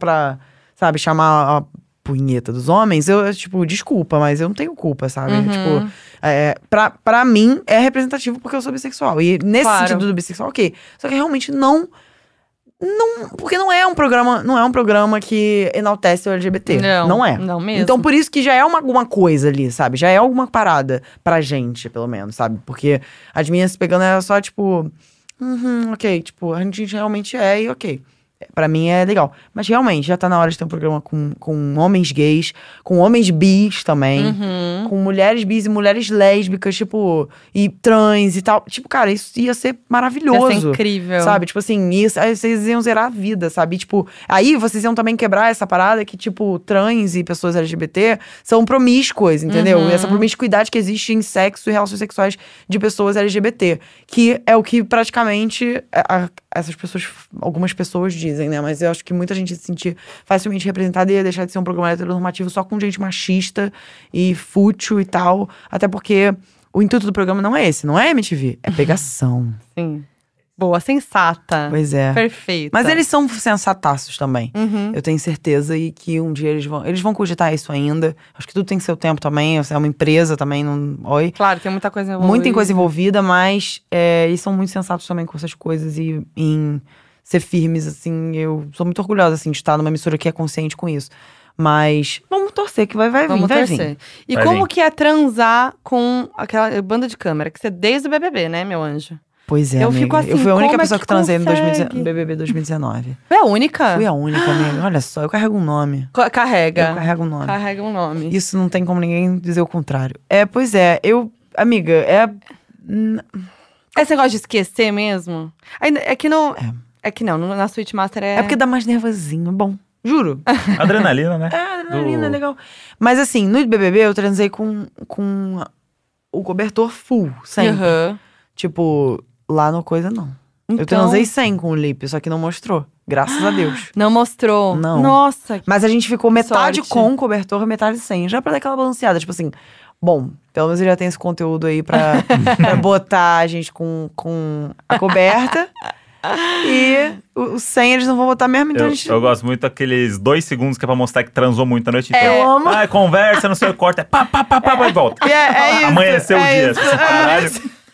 C: a punheta dos homens, tipo, desculpa, mas eu não tenho culpa, sabe? Tipo, pra mim é representativo porque eu sou bissexual. E nesse sentido do bissexual, ok. Só que realmente não, porque não é um programa que enaltece o LGBT. Não é.
B: Não mesmo.
C: Então, por isso que já é alguma coisa ali, sabe? Já é alguma parada pra gente, pelo menos, sabe? Porque as minhas se pegando era só, tipo… ok, tipo, a gente realmente e ok. Pra mim é legal. Mas realmente, já tá na hora de ter um programa com homens gays, com homens bis também, com mulheres bis e mulheres lésbicas, tipo, e trans e tal. Tipo, cara, isso ia ser maravilhoso.
B: Ia ser incrível.
C: Sabe? Tipo assim, aí vocês iam zerar a vida, sabe? Tipo, aí vocês iam também quebrar essa parada que, tipo, trans e pessoas LGBT são promíscuas, entendeu? E essa promiscuidade que existe em sexo e relações sexuais de pessoas LGBT. Que é o que praticamente essas pessoas, algumas pessoas dizem, né? Mas eu acho que muita gente se sentir facilmente representada e ia deixar de ser um programa heteronormativo só com gente machista e fútil e tal. Até porque o intuito do programa não é esse, não é MTV, é pegação.
B: Sim. Boa, sensata.
C: Pois é.
B: Perfeita.
C: Mas eles são sensataços também. Eu tenho certeza e que um dia eles vão cogitar isso ainda. Acho que tudo tem seu tempo também. É uma empresa também. Oi.
B: Claro, tem muita coisa envolvida.
C: Muita coisa envolvida, mas eles são muito sensatos também com essas coisas e em ser firmes, assim. Eu sou muito orgulhosa, assim, de estar numa emissora que é consciente com isso. Mas vamos torcer que vai
B: vamos
C: vir,
B: torcer.
C: vai vir.
B: E
A: Vai
B: como
A: vir.
B: que é transar com aquela banda de câmera? Que você é desde o BBB, né, meu anjo?
C: Pois é,
B: Eu
C: amiga.
B: fico assim,
C: eu fui a única
B: como é
C: pessoa
B: que
C: que transei no
B: consegue?
C: BBB 2019.
B: É a única?
C: Fui a única, amiga. Olha só, eu carrego um nome.
B: Carrega.
C: Eu carrego um nome.
B: Carrega um nome.
C: Isso não tem como ninguém dizer o contrário. Pois é, amiga,
B: Esse negócio de esquecer mesmo? É que não. É que não, na Suite Master
C: É porque dá mais nervosinho, bom. Juro.
A: Adrenalina, né?
C: Adrenalina, legal. Mas assim, no BBB eu transei com o cobertor full, sempre.
B: Aham.
C: Tipo, lá no coisa não. Eu
B: Então-
C: transei sem com o lip, só que não mostrou. Graças a Deus.
B: Não mostrou.
C: Não.
B: Nossa.
C: Mas a gente ficou metade
B: sorte.
C: com o cobertor, metade sem. Já pra dar aquela balanceada. Tipo assim, bom, pelo menos eu já tenho esse conteúdo aí pra botar a gente com a coberta. E o sem eles não vão botar mesmo, então a gente…
A: Eu gosto muito daqueles 2 segundos que é pra mostrar que transou muito a noite inteira.
C: Eu amo.
A: Conversa, não sei o corta, pá, e volta.
C: É isso.
A: Amanheceu o dia.
C: isso.
A: Assim, caralho.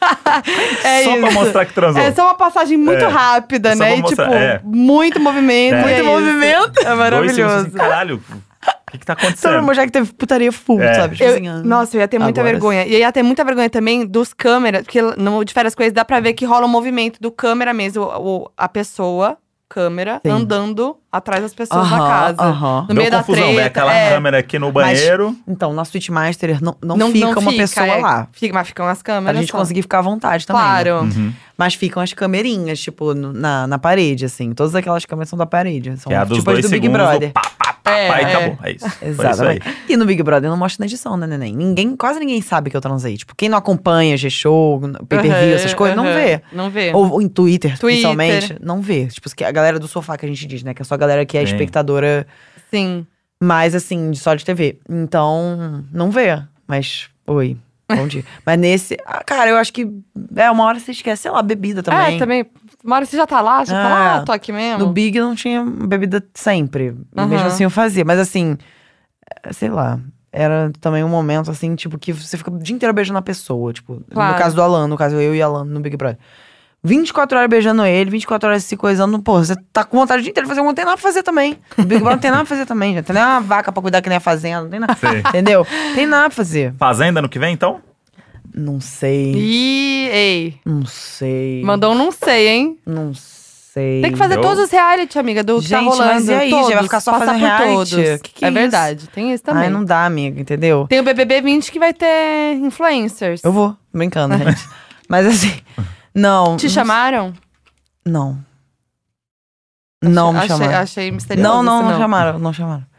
A: Só pra mostrar que transou.
B: É só uma passagem muito rápida,
A: Só
B: né?
A: pra
B: E
A: mostrar,
B: tipo, muito movimento.
A: É.
B: e
C: Muito
B: isso.
C: movimento. É
A: 2
C: maravilhoso.
A: segundos assim, caralho, o que tá
C: Só pra
A: acontecendo?
C: mostrar que teve putaria full, sabe? Tipo assim,
B: Nossa, eu ia ter muita
C: agora
B: vergonha. E ia ter muita vergonha também dos câmeras, porque no De Férias Coisas dá pra ver que rola um movimento do câmera mesmo, a pessoa, câmera,
C: Sim.
B: andando atrás das pessoas
C: Aham,
B: na casa.
C: aham.
B: No
A: Deu
B: meio da
A: confusão,
B: treta.
A: né? Aquela câmera aqui no banheiro.
C: Então, na Suite Master não fica uma pessoa lá.
B: Mas ficam as
C: Pra
B: câmeras.
C: gente
B: só.
C: conseguir ficar à vontade também.
B: Claro.
C: Né? Mas ficam as camerinhas, tipo, na parede, assim. Todas aquelas câmeras são da parede. São
A: Que é a dos
C: tipo as
A: 2
C: do Big
A: segundos,
C: Brother.
A: pá, e acabou. É isso. Foi isso aí.
C: Exatamente. E no Big Brother não mostra na edição, né, neném? Quase ninguém sabe que eu transei. Tipo, quem não acompanha G-Show, pay-per-view, essas coisas, não vê.
B: Não vê.
C: Ou em Twitter, principalmente, não vê. Tipo, a galera do sofá que a gente diz, né? Que é só a galera que é
A: Sim.
C: espectadora
B: Sim.
C: mais, assim, só de TV. Então, não vê. Mas, oi, bom dia. Mas nesse… cara, eu acho que… uma hora você esquece, sei lá, bebida também.
B: Também. Uma hora você já tá lá, você fala, tô aqui mesmo.
C: No Big não tinha bebida sempre. E
B: Aham.
C: mesmo assim eu fazia. Mas assim, sei lá. Era também um momento, assim, tipo, que você fica o dia inteiro beijando a pessoa. Tipo,
B: Claro.
C: no caso do Alan, no caso eu e Alan no Big Brother. 24 horas beijando ele, 24 horas se coisando. Pô, você tá com vontade o dia inteiro de fazer, não tem nada pra fazer também. No Big Brother não tem nada pra fazer também. Já tem nem uma vaca pra cuidar que nem a fazenda, não tem nada.
A: Sim.
C: Entendeu? Tem nada pra fazer.
A: Fazenda no que vem, então?
C: Não sei.
B: Ei.
C: Não sei.
B: Mandou um não sei, hein?
C: Não sei.
B: Tem que fazer
A: Eu-
B: todos os reality, amiga, do que tá
C: Gente,
B: rolando.
C: mas e aí?
B: Todos,
C: Já vai ficar só
B: passar
C: fazendo
B: por
C: reality?
B: todos.
C: Que é isso?
B: verdade, tem isso também.
C: Ai, não dá, amiga, entendeu?
B: Tem o BBB 20 que vai ter influencers.
C: Eu vou, brincando, gente. Mas assim, não.
B: Te chamaram?
C: Não. Não me chamaram.
B: Achei misterioso.
C: Não chamaram. Não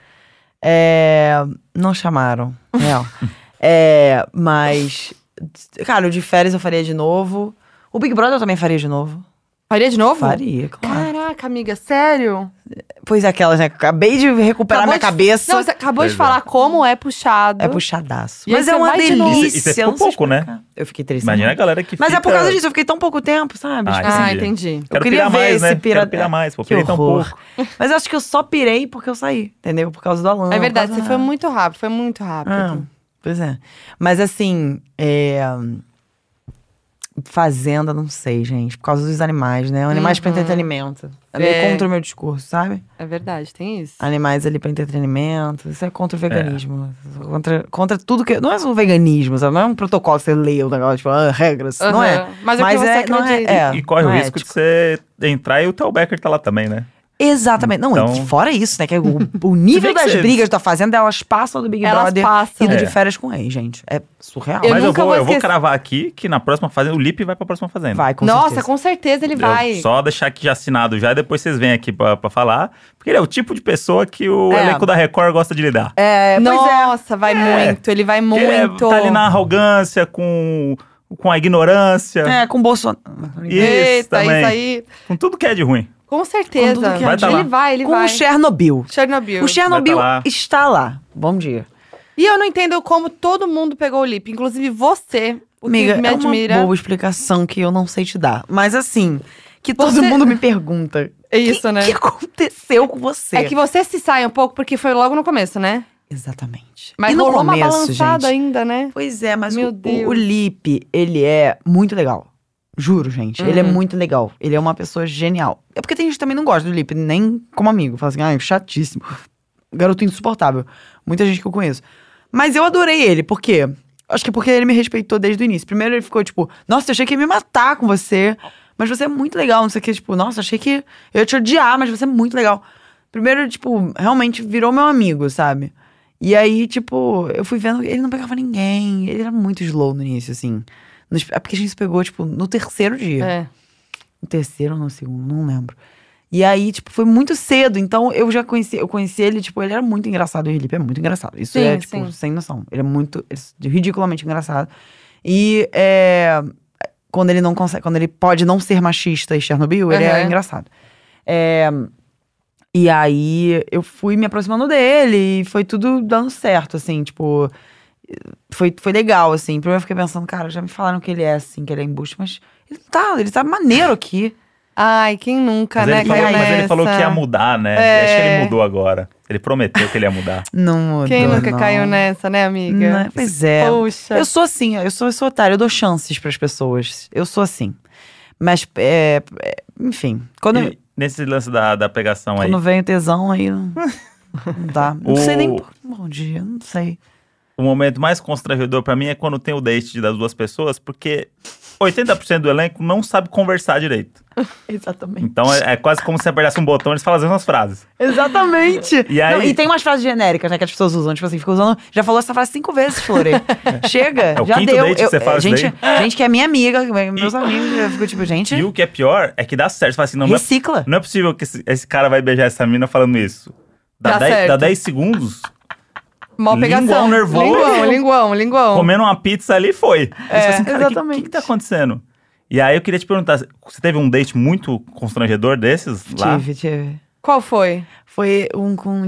C: chamaram, real. Mas, cara, o de férias eu faria de novo. O Big Brother eu também faria de novo.
B: Faria de novo?
C: Faria, claro.
B: Caraca, amiga, sério?
C: Pois é, aquelas, né? Acabei de recuperar minha cabeça.
B: Não, você acabou de falar como é puxado.
C: É puxadaço.
B: E aí
C: Mas é
B: você
C: uma
B: vai de novo.
C: delícia.
A: E você ficou
C: eu não sei
A: pouco, né?
C: explicar. Eu fiquei 3
A: Imagina a
C: semanas.
A: galera que
C: Mas
A: fica...
C: é por causa disso, eu fiquei tão pouco tempo, sabe? Tipo,
B: Ah, entendi.
A: Quero
C: queria
A: pirar
C: ver
A: mais,
C: esse
A: né?
C: pira-
A: Quero pirar mais, pô.
C: Que
A: Pirei tão
C: horror.
A: pouco.
C: Mas eu acho que eu só pirei porque eu saí, entendeu? Por causa do Alan.
B: É verdade,
C: por
B: você
C: causa
B: foi muito rápido.
C: Ah, pois é. Mas assim, Fazenda, não sei, gente. Por causa dos animais, né? Animais pra entretenimento. É meio contra o meu discurso, sabe?
B: É verdade, tem isso.
C: Animais ali pra entretenimento. Isso é contra o veganismo. Contra tudo que... Não é só o veganismo, sabe? Não é um protocolo que você lê o negócio, tipo, regras. Não é.
B: Mas é o que você
C: não
B: acredita.
A: E corre o
C: não é
A: risco de
C: ético.
A: você entrar e o Theo Becker tá lá também, né?
C: Exatamente. Não,
A: Então-
C: e fora isso, né? Que é o nível
A: Se bem que
C: das
A: você-
C: brigas da Fazenda, elas passam do Big
B: Elas
C: Brother
B: passam.
C: indo de
A: É.
C: férias com ex, gente. É surreal.
B: Eu
A: Mas
B: nunca
A: eu
B: vou
A: vou
B: esquecer.
A: cravar aqui que na próxima fazenda, o Lipe vai pra próxima fazenda.
C: Vai, com
B: Nossa,
C: certeza.
B: com certeza ele
A: Eu
B: vai.
A: só deixar aqui já assinado já, e depois vocês vêm aqui pra falar. Porque ele é o tipo de pessoa que o elenco da Record gosta de lidar.
C: Pois é.
B: Nossa, vai muito. Ele vai
A: Porque ele
B: muito.
A: tá ali na arrogância, com a ignorância.
C: Com o Bolsonaro.
A: Isso
B: Eita,
A: também.
B: isso aí.
A: Com tudo que é de ruim.
B: Com certeza.
C: Com tudo que
A: Vai tá lá.
B: Ele vai, ele
C: Com
B: vai.
C: o Chernobyl.
B: Chernobyl.
C: O Chernobyl
A: Vai tá lá.
C: está lá. Bom dia.
B: E eu não entendo como todo mundo pegou o Lipe, inclusive você, o
C: Amiga,
B: que me
C: é
B: admira.
C: uma boa explicação que eu não sei te dar. Mas assim, que todo
B: Você-
C: mundo me pergunta.
B: É isso,
C: O
B: né?
C: que aconteceu com você?
B: É que você se sai um pouco porque foi logo no começo, né?
C: Exatamente.
B: Mas
C: e no
B: rolou uma
C: começo,
B: balançada
C: gente,
B: ainda, né?
C: Pois é, mas
B: Meu
C: o
B: Deus.
C: Lipe, ele é muito legal. Juro, gente. Ele é muito legal. Ele é uma pessoa genial. É porque tem gente que também não gosta do Lipe, nem como amigo. Fala assim, chatíssimo. Garoto insuportável. Muita gente que eu conheço. Mas eu adorei ele, por quê? Acho que é porque ele me respeitou desde o início. Primeiro ele ficou tipo, nossa, eu achei que ia me matar com você. Mas você é muito legal, não sei o que. Tipo, nossa, achei que eu ia te odiar, mas você é muito legal. Primeiro, tipo, realmente virou meu amigo, sabe? E aí, tipo, eu fui vendo, ele não pegava ninguém. Ele era muito slow no início, assim. É porque a gente se pegou, tipo, no terceiro dia.
B: É.
C: No terceiro ou no segundo, não lembro. E aí, tipo, foi muito cedo. Então, eu conheci ele, tipo, ele era muito engraçado. E o Felipe é muito engraçado. Isso
B: Sim,
C: é, tipo,
B: sim.
C: sem noção. Ele é ridiculamente engraçado. E quando ele não consegue, quando ele pode não ser machista e Chernobyl, ele é
B: Uhum.
C: engraçado. E aí, eu fui me aproximando dele e foi tudo dando certo, assim, tipo... Foi legal, assim. Primeiro eu fiquei pensando, cara, já me falaram que ele é assim, que ele é embuste, mas ele tá maneiro aqui.
B: Ai, quem nunca, né?
A: Mas ele
B: caiu
A: falou que ia
B: nessa?
A: mudar, né?
B: É.
A: Acho que ele mudou agora. Ele prometeu que ele ia mudar.
C: Não mudou,
B: Quem nunca
C: não.
B: caiu nessa, né, amiga?
C: Não, pois é.
B: Poxa.
C: Eu sou assim, eu sou otária, eu dou chances pras pessoas. Eu sou assim. Mas, enfim, quando
A: E nesse lance da pegação aí,
C: vem o tesão, aí não dá. Não sei nem bom dia, não sei.
A: o momento mais constrangedor pra mim é quando tem o date das duas pessoas, porque 80% do elenco não sabe conversar direito.
C: Exatamente.
A: Então é quase como se apertasse um botão e eles falam as mesmas frases.
C: Exatamente.
A: E aí-
C: Não, e tem umas frases genéricas, né, que as pessoas usam. Tipo assim, fica usando. Já falou essa frase 5 vezes, Flore. Chega,
A: o
C: já
A: quinto
C: deu.
A: date que você faz
C: gente,
A: daí.
C: gente que é minha amiga, meus amigos, eu fico tipo, gente,
A: E o que é pior é que dá certo. Você fala assim, não,
C: recicla.
A: não é possível que esse cara vai beijar essa mina falando isso.
B: Dá
A: Dá
B: certo.
A: 10 segundos,
B: Mó pegação.
A: linguão nervoso.
B: Linguão.
A: comendo uma pizza ali foi. Aí você fala assim, cara,
C: exatamente.
A: o que tá acontecendo? E aí eu queria te perguntar, você teve um date muito constrangedor desses lá?
C: Tive.
B: Qual foi?
C: Foi um com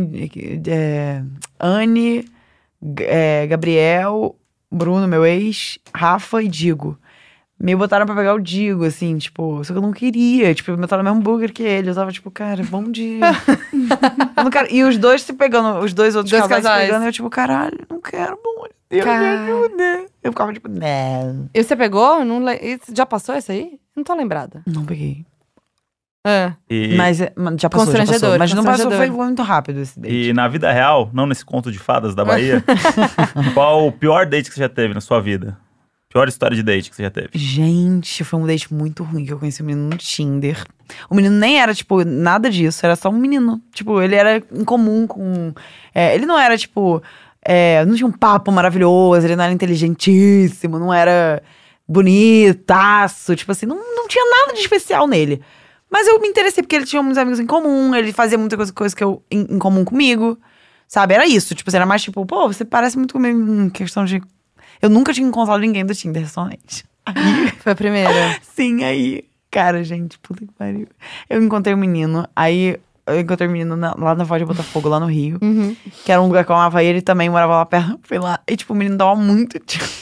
C: Anne, Gabriel, Bruno, meu ex, Rafa e Digo. Me botaram pra pegar o Digo, assim, tipo, só que eu não queria. Tipo, me botaram no mesmo hambúrguer que ele. Eu tava tipo, cara, bom dia. Eu não quero. E os dois se pegando, os dois outros
B: Dois
C: casais se
B: casais.
C: pegando, eu tipo, caralho, não quero, bom Deus, me
B: Cara.
C: ajuda. Eu ficava tipo, não.
B: E você pegou? Já passou esse aí? Não tô lembrada.
C: Não peguei.
B: É.
A: E,
C: Mas já passou, já passou.
B: Constrangedor,
C: Mas não passou,
B: constrangedor.
C: foi muito rápido esse date.
A: e na vida real, não nesse conto de fadas da Bahia, qual o pior date que você já teve na sua vida? Pior história de date que você já teve?
C: Gente, foi um date muito ruim que eu conheci um menino no Tinder. O menino nem era, tipo, nada disso. Era só um menino. Tipo, ele era em comum com... ele não era, tipo... não tinha um papo maravilhoso. Ele não era inteligentíssimo. Não era bonitaço. Tipo assim, não tinha nada de especial nele. Mas eu me interessei porque ele tinha muitos amigos em comum, ele fazia muita coisa que eu em comum comigo. Sabe? Era isso. Tipo, era mais tipo, pô, você parece muito comigo em questão de. Eu nunca tinha encontrado ninguém do Tinder, somente. Aí.
B: Foi a primeira.
C: Sim, aí. Cara, gente, puta que pariu. Eu encontrei um menino, aí. Eu encontrei um menino lá na Foz de Botafogo, lá no Rio. Que era um lugar que eu amava ele também morava lá perto. Fui lá. E, tipo, o menino tava muito.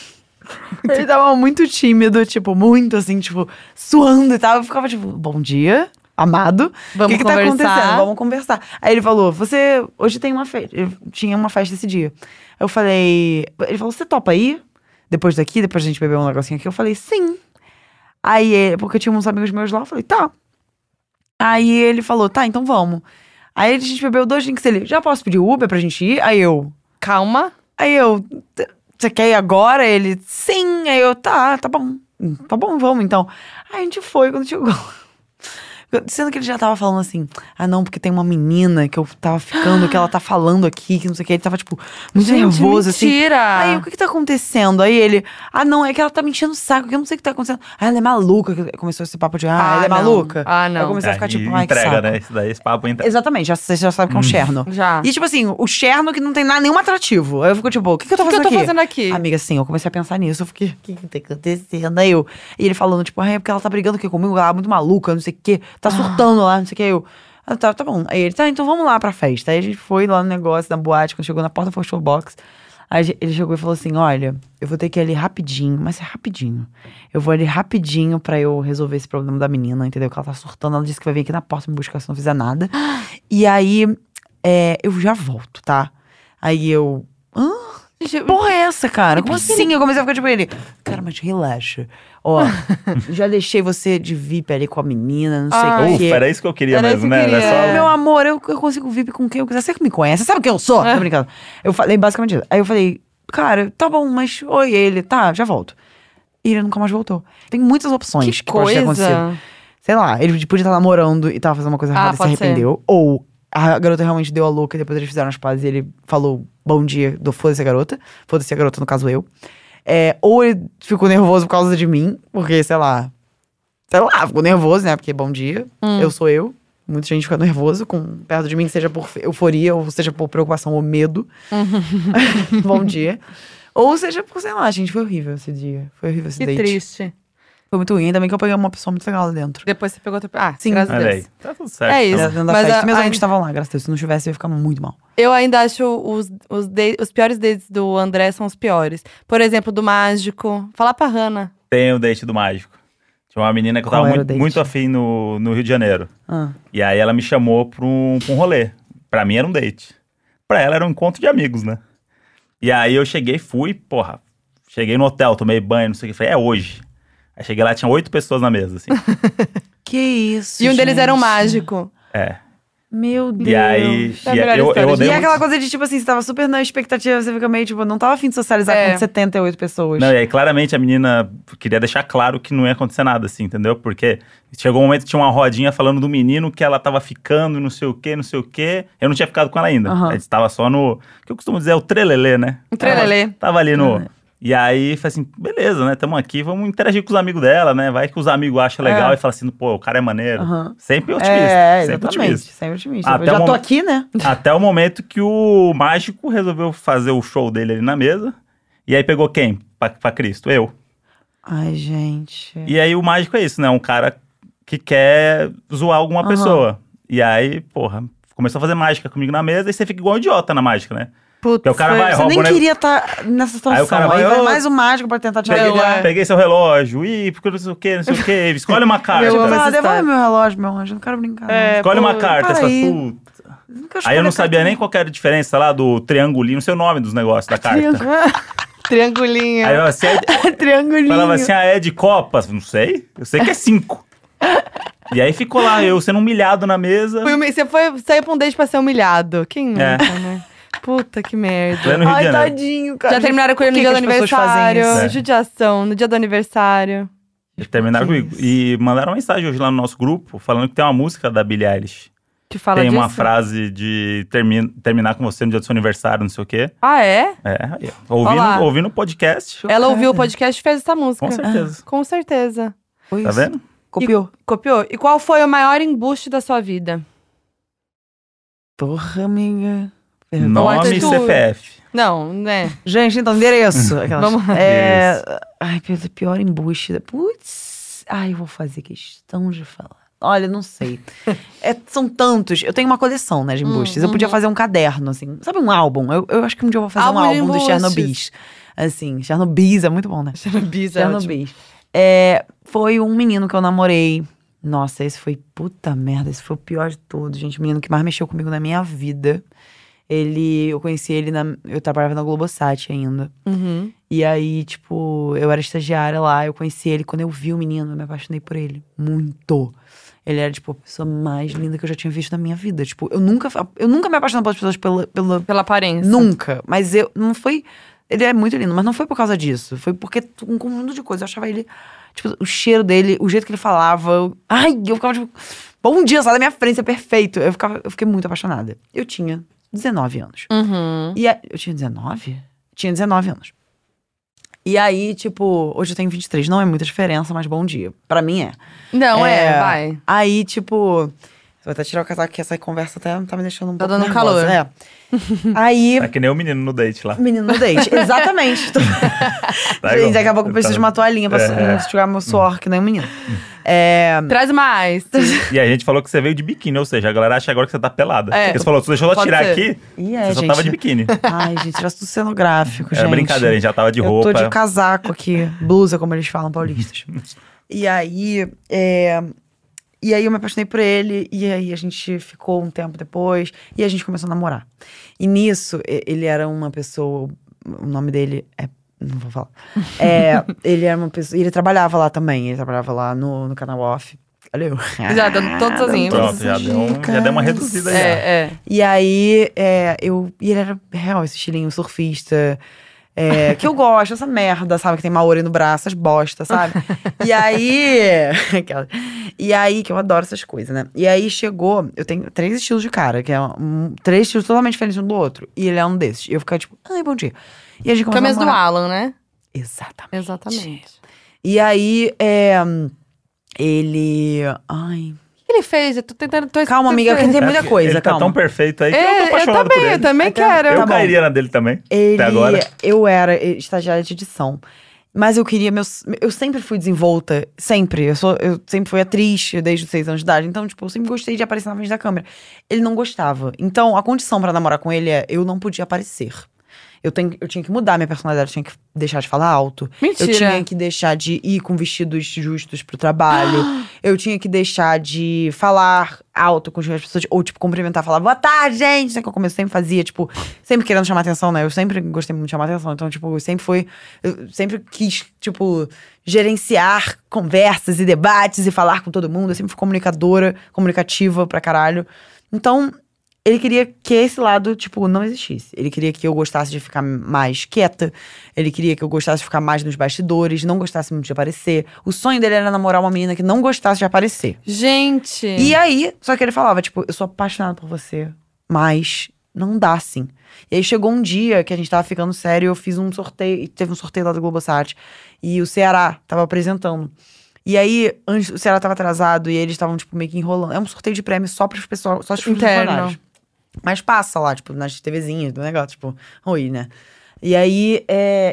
C: Ele tava muito tímido, tipo, muito assim, tipo, suando e tal. Eu ficava, tipo, bom dia, amado.
B: Vamos
C: O que tá
B: conversar.
C: acontecendo? Vamos conversar. Aí ele falou, hoje tem uma festa. Tinha uma festa esse dia. Eu falei, ele falou, você topa aí? Depois daqui, depois a gente beber um negocinho aqui? Eu falei, sim. Aí, porque eu tinha uns amigos meus lá, eu falei, tá. Aí ele falou, tá, então vamos. Aí a gente bebeu 2 drinks, ele, já posso pedir Uber pra gente ir? Aí eu,
B: Calma.
C: aí eu, você quer ir agora? Ele, sim. Aí eu, tá bom. Tá bom, vamos então. Aí a gente foi, quando chegou. Sendo que ele já tava falando assim, não, porque tem uma menina que eu tava ficando, que ela tá falando aqui, que não sei o que. Ele tava, tipo, muito
B: Gente,
C: nervoso,
B: mentira.
C: assim. Aí, o que tá acontecendo? Aí ele, não, é que ela tá me enchendo o saco, que eu não sei o que tá acontecendo. Ela é maluca. Começou esse papo de, ela é
B: não.
C: maluca.
B: Não.
C: Aí eu comecei a ficar, tipo, que
A: entrega,
C: saco.
A: né? Isso daí, esse papo entrega.
C: Exatamente, você já sabe que é um cherno.
B: Já.
C: E, tipo assim, o cherno que não tem nenhum atrativo. Aí eu fico, tipo, o que eu tô fazendo aqui?
B: fazendo aqui?
C: Amiga, sim, eu comecei a pensar nisso. Eu fiquei, o que tá acontecendo? Aí eu, e ele falando, tipo, é porque ela tá brigando aqui comigo, ela é muito maluca, não sei o quê, tá surtando lá, não sei o quê. Eu, tá bom. Aí ele, tá, então vamos lá pra festa. Aí a gente foi lá no negócio, na boate, quando chegou na porta do showbox. Aí ele chegou e falou assim, olha, eu vou ter que ir ali rapidinho, mas é rapidinho. Eu vou ali rapidinho pra eu resolver esse problema da menina, entendeu? Que ela tá surtando, ela disse que vai vir aqui na porta me buscar se não fizer nada. E aí, eu já volto, tá? Aí eu, porra é essa, cara? Como assim? Eu comecei a ficar tipo ele, cara, mas relaxa. Ó, já deixei você de VIP ali com a menina, não sei o quê.
A: Ufa, era isso que eu queria
B: Era
A: mesmo,
B: isso que eu
A: né? Era
B: queria.
A: só...
C: Meu amor, eu consigo VIP com quem eu quiser. Você que me conhece, você sabe quem eu sou? Tô brincando. Eu falei basicamente isso. Aí eu falei, cara, tá bom, mas oi, ele, tá, já volto. E ele nunca mais voltou. Tem muitas opções que pode ter acontecido. Sei lá, ele podia estar namorando e tava fazendo uma coisa errada e se
B: pode ser.
C: arrependeu. Ou a garota realmente deu a louca e depois eles fizeram as pazes e ele falou bom dia, foda-se a garota. Foda-se a garota, no caso eu. Ou ele ficou nervoso por causa de mim, porque, sei lá, ficou nervoso, né? Porque bom dia, eu sou eu. Muita gente fica nervoso perto de mim, seja por euforia, ou seja por preocupação ou medo. Bom dia. Ou seja por, sei lá, gente, foi horrível esse dia. Foi horrível esse
B: Que
C: date.
B: triste.
C: Foi muito ruim, ainda bem que eu peguei uma pessoa muito legal lá dentro.
B: Depois você pegou outra...
C: Sim.
B: graças a
A: Olha
B: Deus.
A: aí, tá tudo certo.
B: É isso.
C: Era dentro da
B: Mas
C: festa. Meus
B: a-
C: amigos estavam lá, graças a Deus. Se não tivesse, eu ia ficar muito mal.
B: Eu ainda acho os piores dates do André são os piores. Por exemplo, do Mágico. Falar pra Hannah.
A: Tem o date do mágico. Tinha uma menina que eu
C: Qual
A: tava
C: era o date?
A: muito afim no Rio de Janeiro.
C: Ah.
A: E aí ela me chamou pra um rolê. Pra mim era um date. Pra ela era um encontro de amigos, né? E aí eu cheguei, fui, porra. Cheguei no hotel, tomei banho, não sei o que. Falei, é hoje. Aí cheguei lá, tinha 8 pessoas na mesa, assim.
C: Que isso,
B: E um deles era um
C: gente.
B: mágico.
A: É.
C: Meu Deus.
A: E aí,
B: É a melhor história.
A: eu
C: E
A: odeio
C: é
A: muito-
C: aquela coisa de, tipo assim, você tava super na expectativa, você fica meio, tipo, não tava afim de socializar com 78 pessoas.
A: Não, e aí claramente a menina queria deixar claro que não ia acontecer nada, assim, entendeu? Porque chegou um momento que tinha uma rodinha falando do menino que ela tava ficando, não sei o quê, não sei o quê. Eu não tinha ficado com ela ainda.
C: Aham.
A: A gente tava só no... O que eu costumo dizer é o trelelê, né?
B: O trelelê.
A: Tava ali no... E aí, falei assim, beleza, né? Tamo aqui, vamos interagir com os amigos dela, né? Vai que os amigos acham legal e falam assim, pô, o cara é maneiro.
C: Aham.
A: Sempre otimista.
C: Sempre
A: sempre
C: otimista.
A: otimista.
C: Sempre otimista.
A: Até
C: Eu já
A: o
C: tô
A: momento-
C: aqui, né?
A: Até o momento que o mágico resolveu fazer o show dele ali na mesa. E aí pegou quem? Pra Cristo? Eu.
C: Ai, gente.
A: E aí o mágico é isso, né? Um cara que quer zoar alguma pessoa. E aí, porra, começou a fazer mágica comigo na mesa e você fica igual um idiota na mágica, né?
B: Putz,
A: Porque o cara vai,
C: Você
A: rouba
C: nem
A: o negócio.
C: queria estar nessa situação.
A: Aí o cara vai,
C: Aí vai
A: "Ô,
C: mais um mágico pra tentar te
A: Peguei,
C: alegrar.
A: peguei seu relógio, porque não sei o que, não sei o que. Escolhe uma carta.
B: Eu amo essa
C: Devolve
B: história.
C: meu relógio, meu anjo. Eu não quero brincar. não.
A: Escolhe uma
B: pô,
A: carta.
C: para
A: Você fala,
C: aí.
A: puta.
C: Nunca
A: Aí eu não
C: escolhi a
A: sabia
C: carta.
A: nem qual que era a diferença lá do triangulinho, não sei o nome dos negócios da carta.
B: Triangulinho.
A: Aí eu assim,
C: Triangulinho.
A: falava assim, é de copas? Não sei. Eu sei que é 5. E aí ficou lá, eu sendo humilhado na mesa.
B: Você saiu pra um date pra ser humilhado. Quem nunca, né? Puta, que merda.
A: Pleno Rio de
C: Ai,
A: Janeiro.
C: tadinho, cara.
B: Já terminaram com ele no
C: Por
B: dia do
C: que as pessoas fazem
B: aniversário.
C: isso?
B: Judiação, no dia do aniversário.
A: Eles terminaram
C: Que
A: comigo.
C: isso?
A: E mandaram uma mensagem hoje lá no nosso grupo, falando que tem uma música da Billie Eilish.
B: Que fala
A: Tem
B: disso?
A: uma frase de terminar com você no dia do seu aniversário, não sei o quê.
B: Ah, é?
A: Aí,
B: Olá.
A: ouvindo o podcast.
B: Ela ouviu o podcast e fez essa música.
A: Com certeza.
B: Com certeza.
C: Foi
A: Tá
C: isso.
A: vendo?
C: Copiou.
B: Copiou? E qual foi o maior embuste da sua vida?
C: Porra, amiga.
A: Nome e
B: tudo.
A: CPF.
B: Não, né?
C: Gente, então, endereço. Aquelas.
B: Vamos lá.
C: Ai, pelo pior embuste. Putz. Ai, eu vou fazer questão de falar. Olha, não sei. São tantos. Eu tenho uma coleção, né, de embustes. Eu podia fazer um caderno, assim. Sabe um álbum? Eu acho que um dia eu vou fazer
B: Álbum
C: um
B: de
C: álbum dos
B: embustes.
C: Chernobis. Assim, Chernobis é muito bom, né?
B: Chernobis.
C: Chernobis. Foi um menino que eu namorei. Nossa, esse foi... Puta merda, esse foi o pior de todos, gente. O menino que mais mexeu comigo na minha vida. Eu conheci ele eu trabalhava na Globosat ainda.
B: Uhum.
C: E aí, tipo, eu era estagiária lá, eu conheci ele. Quando eu vi o menino, eu me apaixonei por ele. Muito. Ele era, tipo, a pessoa mais linda que eu já tinha visto na minha vida. Tipo, eu nunca me apaixonei pelas pessoas
B: Pela aparência.
C: Nunca. Mas não foi... Ele é muito lindo, mas não foi por causa disso. Foi porque um conjunto de coisas. Eu achava ele... Tipo, o cheiro dele, o jeito que ele falava. Eu ficava, tipo... Bom dia, sai da minha frente, é perfeito. Eu fiquei muito apaixonada. Eu tinha 19 anos.
B: Uhum.
C: Eu tinha 19? Tinha 19 anos. E aí, tipo, hoje eu tenho 23. Não é muita diferença, mas bom dia. Pra mim é.
B: Não, vai.
C: Aí, tipo... Vou até tirar o casaco, que essa conversa até tá me deixando um
B: Tá
C: pouco
B: dando
C: nervosa.
B: calor.
C: Aí...
A: Tá que nem o menino no date lá.
C: Menino no date, exatamente.
A: Tá
C: Gente,
A: igual.
C: daqui a pouco eu preciso de uma toalhinha pra enxugar meu suor, que nem o menino.
B: Traz mais.
A: E a gente falou que você veio de biquíni, ou seja, a galera acha agora que você tá pelada.
B: É.
A: Porque você falou, você deixou ela
B: Pode
A: tirar
B: ser.
A: aqui, você só tava de biquíni.
C: Ai, gente, era tudo cenográfico, gente.
A: Era brincadeira, a gente já tava de roupa.
C: Eu tô de casaco aqui, blusa, como eles falam, paulistas. E aí, eu me apaixonei por ele, e aí a gente ficou um tempo depois, e a gente começou a namorar. E nisso, ele era uma pessoa, o nome dele não vou falar. Ele era uma pessoa, e ele trabalhava lá também, ele trabalhava lá no canal Off. Valeu.
B: Já dando todos sozinho.
A: Pronto, já deu uma reduzida aí.
C: E aí, e ele era real, esse estilinho surfista, que eu gosto, essa merda, sabe? Que tem Maori no braço, as bosta, sabe? E aí, que eu adoro essas coisas, né? E aí chegou, eu tenho 3 estilos de cara, que é 3 estilos totalmente diferentes um do outro. E ele é um desses. E eu ficava tipo, ai, bom dia. E a gente
B: Que é o
C: começou a
B: mesmo do
C: namorar.
B: Alan, né?
C: Exatamente. E aí, ele... Ai...
B: O que ele fez? Eu tô tentando...
C: Calma, amiga, porque tem muita coisa,
A: Ele tá
C: calma.
A: tão perfeito aí que eu tô apaixonado por ele.
B: Eu também quero.
A: Eu
C: Tá bom.
A: cairia na dele também, até agora.
C: Eu era estagiária de edição. Mas eu queria eu sempre fui desenvolta, sempre. Eu sempre fui atriz desde os 6 anos de idade. Então, tipo, eu sempre gostei de aparecer na frente da câmera. Ele não gostava. Então, a condição pra namorar com ele eu não podia aparecer. Eu tinha que mudar minha personalidade, eu tinha que deixar de falar alto.
B: Mentira.
C: Eu tinha que deixar de ir com vestidos justos pro trabalho. Eu tinha que deixar de falar alto com as pessoas, ou, tipo, cumprimentar, falar boa tarde, gente. Isso é que eu sempre fazia, tipo, sempre querendo chamar atenção, né? Eu sempre gostei muito de chamar atenção. Então, tipo, eu sempre quis, tipo, gerenciar conversas e debates e falar com todo mundo. Eu sempre fui comunicativa pra caralho. Então, ele queria que esse lado, tipo, não existisse. Ele queria que eu gostasse de ficar mais quieta. Ele queria que eu gostasse de ficar mais nos bastidores, não gostasse muito de aparecer. O sonho dele era namorar uma menina que não gostasse de aparecer.
B: Gente.
C: E aí, só que ele falava, tipo, eu sou apaixonado por você, mas não dá assim. E aí chegou um dia que a gente tava ficando sério, eu fiz um sorteio, teve um sorteio lá do Globosat, e o Ceará tava apresentando. E aí, o Ceará tava atrasado e eles estavam, tipo, meio que enrolando. É um sorteio de prêmio só pros pessoal, só pros funcionários. Mas passa lá, tipo, nas TVzinhas do negócio, tipo, oi, né? E aí,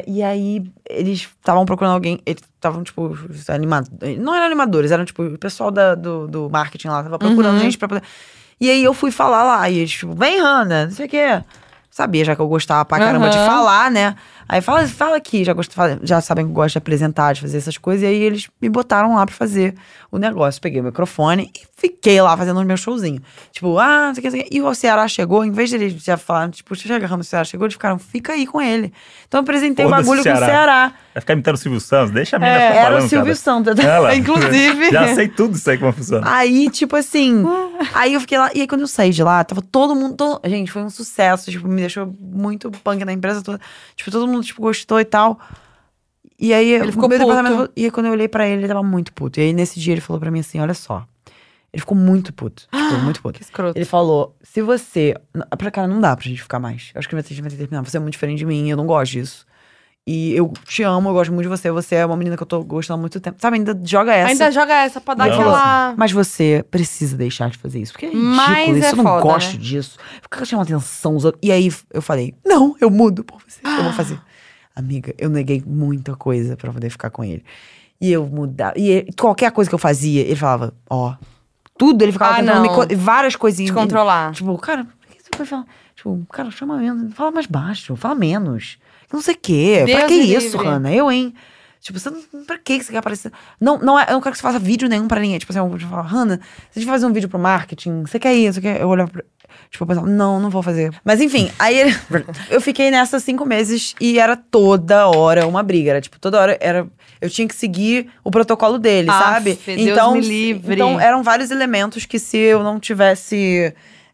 C: eles estavam procurando alguém, eles estavam, tipo, animados. Não eram animadores, eram, tipo, o pessoal do marketing lá, tava procurando gente pra poder. E aí eu fui falar lá, e eles, tipo, vem, Hannah, não sei o quê. Sabia, já que eu gostava pra caramba de falar, né? Aí fala aqui, já sabem que eu gosto de apresentar, de fazer essas coisas. E aí eles me botaram lá pra fazer o negócio. Peguei o microfone e fiquei lá fazendo os meus showzinhos. Tipo, não sei o que. E o Ceará chegou, em vez de eles já falarem, tipo, chegando o Ceará chegou, eles ficaram, fica aí com ele. Então eu apresentei o bagulho com o Ceará.
A: Vai ficar imitando o Silvio Santos? Deixa a menina ficar falando,
C: era o Silvio Santos.
B: Inclusive.
A: Já sei tudo isso aí como funciona.
C: Aí, tipo assim, aí eu fiquei lá, e aí quando eu saí de lá, tava todo mundo, gente, foi um sucesso, tipo, me deixou muito punk na empresa toda, tipo, todo mundo, tipo, gostou e tal. E aí,
B: ele ficou puto.
C: E aí quando eu olhei pra ele tava muito puto. E aí nesse dia ele falou pra mim assim, olha só, ele ficou muito puto, tipo, muito puto.
B: Que escroto.
C: Ele falou, se você, pra cara, não dá pra gente ficar mais, eu acho que a gente vai ter que terminar, você é muito diferente de mim, eu não gosto disso. E eu te amo, eu gosto muito de você. Você é uma menina que eu tô gostando há muito tempo. Sabe, ainda joga essa.
B: Ainda joga essa pra dar
A: Não.
B: aquela...
C: Mas você precisa deixar de fazer isso. Porque é ridículo
B: Mas
C: isso.
B: é
C: Eu não
B: foda,
C: gosto
B: né?
C: disso. Fica chamando atenção. E aí eu falei, não, eu mudo por você. Eu vou fazer. Amiga, eu neguei muita coisa pra poder ficar com ele. E eu mudava. Qualquer coisa que eu fazia, ele falava, ó. Tudo, ele ficava tentando
B: não.
C: várias coisinhas.
B: Te controlar.
C: Tipo, cara, por que você foi falar? Tipo, cara, chama menos. Fala mais baixo, fala menos. Não sei o quê.
B: Deus
C: Pra que
B: me
C: isso,
B: livre.
C: Hannah? Eu, hein? Tipo, você não, pra que você quer aparecer? Não, eu não quero que você faça vídeo nenhum pra ninguém. Tipo assim, eu falo, Hannah, se a gente fazer um vídeo pro marketing, você quer isso? Você quer? Eu olhava pra... Tipo, eu pensava, não vou fazer. Mas enfim, aí eu fiquei nessa 5 meses e era toda hora uma briga. Era tipo, toda hora era... Eu tinha que seguir o protocolo dele,
B: Aff,
C: sabe?
B: Deus me livre.
C: Então, eram vários elementos que se eu não tivesse...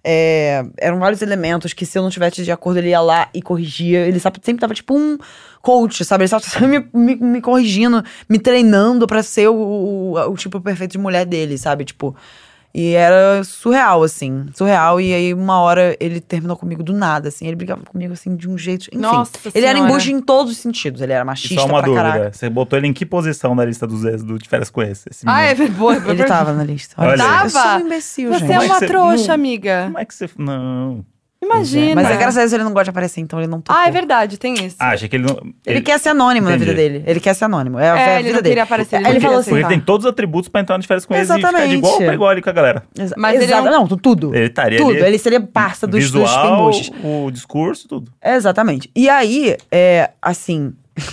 C: eram vários elementos que se eu não tivesse de acordo, ele ia lá e corrigia. Ele sempre tava tipo um coach, sabe? Ele estava me corrigindo, me treinando pra ser o tipo perfeito de mulher dele, sabe? Tipo... E era surreal, assim. Surreal. E aí, uma hora, ele terminou comigo do nada, assim. Ele brigava comigo, assim, de um jeito... Enfim,
B: Nossa
C: ele era
B: Senhora.
C: embuste em todos os sentidos. Ele era
A: E
C: machista
A: só uma
C: pra
A: dúvida.
C: caraca.
A: Você botou ele em que posição na lista dos ex do De Férias com esse
B: Ah, é
A: menino?
B: boa.
C: Ele tava na lista.
A: Olha aí.
C: Eu sou
B: Tava?
C: um imbecil,
B: Você
C: gente.
B: é
A: Como é
B: uma
A: que você-
B: trouxa,
A: não-
B: amiga.
A: Como é que você... Não...
B: Imagina.
C: Mas é graças a Deus ele não gosta de aparecer, então ele não topou.
B: Ah, é verdade, tem isso.
A: Ah, achei que ele não...
C: Ele quer ser anônimo na
A: Entendi.
C: vida dele. Ele quer ser anônimo. É a
B: ele
C: vida
B: não
C: dele.
B: queria aparecer, ele
C: Ele
B: não
C: falou
B: queria
C: assim...
A: Porque ele
B: aceitar.
A: tem todos os atributos pra entrar no De Férias com eles e ficar de
C: Exatamente.
A: igual pra igual ali com a galera.
B: Mas ele é um-
C: Não, tudo.
A: Ele estaria
C: Tudo.
A: ali...
C: Ele seria parça dos
A: Visual,
C: embuches.
A: o discurso, tudo.
C: Exatamente. E aí, assim...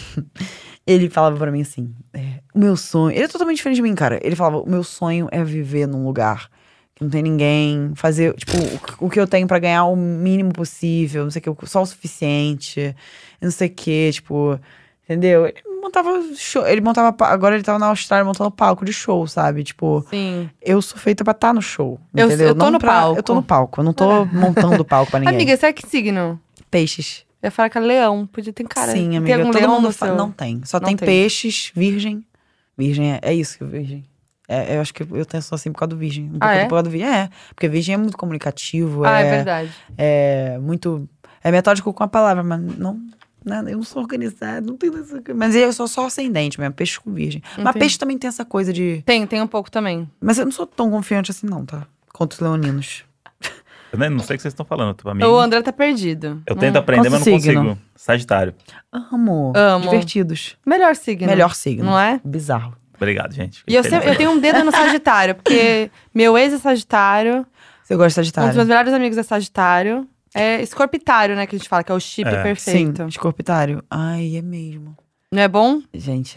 C: ele falava pra mim assim... o meu sonho... Ele é totalmente diferente de mim, cara. Ele falava, o meu sonho é viver num lugar que não tem ninguém. Fazer, tipo, o que eu tenho pra ganhar o mínimo possível. Não sei o que, só o suficiente. Não sei o que, tipo... Entendeu? Ele montava show. Agora ele tava na Austrália montando palco de show, sabe? Tipo...
B: Sim.
C: Eu sou feita pra estar no show,
B: Eu
C: entendeu?
B: tô
C: Não
B: no palco.
C: Eu tô no palco. Eu não tô montando palco pra ninguém.
B: Amiga, você é que signo?
C: Peixes.
B: Eu ia falar que é leão. Podia ter cara.
C: Sim,
B: Tem
C: amiga.
B: algum
C: Todo
B: leão
C: mundo
B: no seu?
C: Não tem. Só
B: Não
C: tem
B: tem.
C: peixes, virgem. Virgem é isso que virgem. Eu acho que eu tenho só assim por causa do virgem. Um pouco
B: é?
C: por causa do virgem. Porque virgem é muito comunicativo.
B: Ah, é verdade.
C: É muito... É metódico com a palavra, mas não... Eu não sou organizada, não tenho essa coisa. Mas eu sou só ascendente mesmo, peixe com virgem. Mas
B: Entendi.
C: peixe também tem essa coisa de...
B: Tem um pouco também.
C: Mas eu não sou tão confiante assim não, tá? Contra os leoninos.
A: Eu não sei o que vocês estão falando. Pra mim,
B: O André tá perdido.
A: eu tento aprender,
C: Qual
A: mas não
C: signo?
A: consigo. Sagitário.
C: Amo.
B: Amo.
C: Divertidos.
B: Melhor signo.
C: Melhor signo.
B: Não é?
C: Bizarro.
A: Obrigado, gente.
B: E eu tenho um dedo no Sagitário, porque meu ex é Sagitário,
C: Você gosta de
B: um dos
C: Sagitário?
B: meus melhores amigos é Sagitário. É Escorpitário, né, que a gente fala, que é o chip
A: É.
B: perfeito.
C: Sim, escorpitário. Ai, é mesmo.
B: Não é bom?
C: Gente,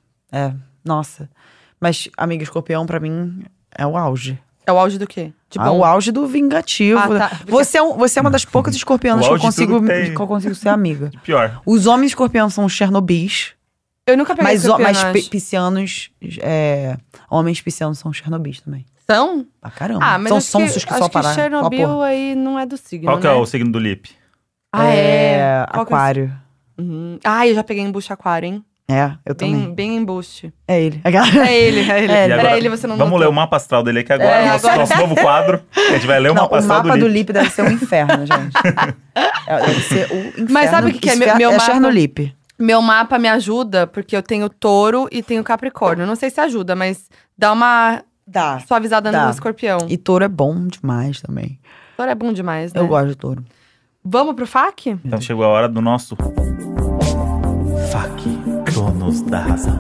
C: nossa. Mas, amiga, escorpião pra mim é o auge.
B: É o auge do quê? De
C: O
B: bom.
C: auge do vingativo.
B: Ah, tá.
C: Você é uma das poucas escorpianas
A: O
C: que eu
A: auge de tudo
C: consigo,
A: tem.
C: que eu consigo ser amiga.
A: Pior.
C: Os homens escorpianos são Chernobis,
B: Eu nunca peguei
C: mas
B: escorpião, acho.
C: piscianos, homens piscianos são Chernobis também.
B: São?
C: Pra caramba.
B: Ah, mas
C: são
B: acho
C: sonsos que
B: acho
C: só
B: que
C: pararam.
B: Chernobyl aí não é do signo,
A: Qual que
B: né?
A: é o signo do Lipe?
B: Ah, é? Qual que é o-
C: Aquário.
B: Ah, eu já peguei embuste aquário, hein?
C: Eu também.
B: Bem embuste.
C: É ele.
B: É ele.
A: E
B: Era
A: agora,
B: ele, você não
A: vamos
B: notou.
A: ler o mapa astral dele aqui agora.
B: É,
A: nosso,
B: agora.
A: nosso novo quadro. A gente vai ler o
C: Não,
A: mapa
C: o
A: astral
C: mapa
A: do
C: do
A: Lipe.
C: Lipe deve ser um inferno, gente. Deve ser o inferno.
B: Mas sabe o que é? Meu
C: É
B: mapa-
C: Chernolipe.
B: Meu mapa me ajuda, porque eu tenho touro e tenho capricórnio. Não sei se ajuda, mas dá uma
C: Dá.
B: suavizada
C: Dá.
B: no escorpião.
C: E touro é bom demais também.
B: Touro é bom demais, né?
C: Eu gosto de touro.
B: Vamos pro FAQ?
A: Então chegou a hora do nosso FAQ, donos da razão.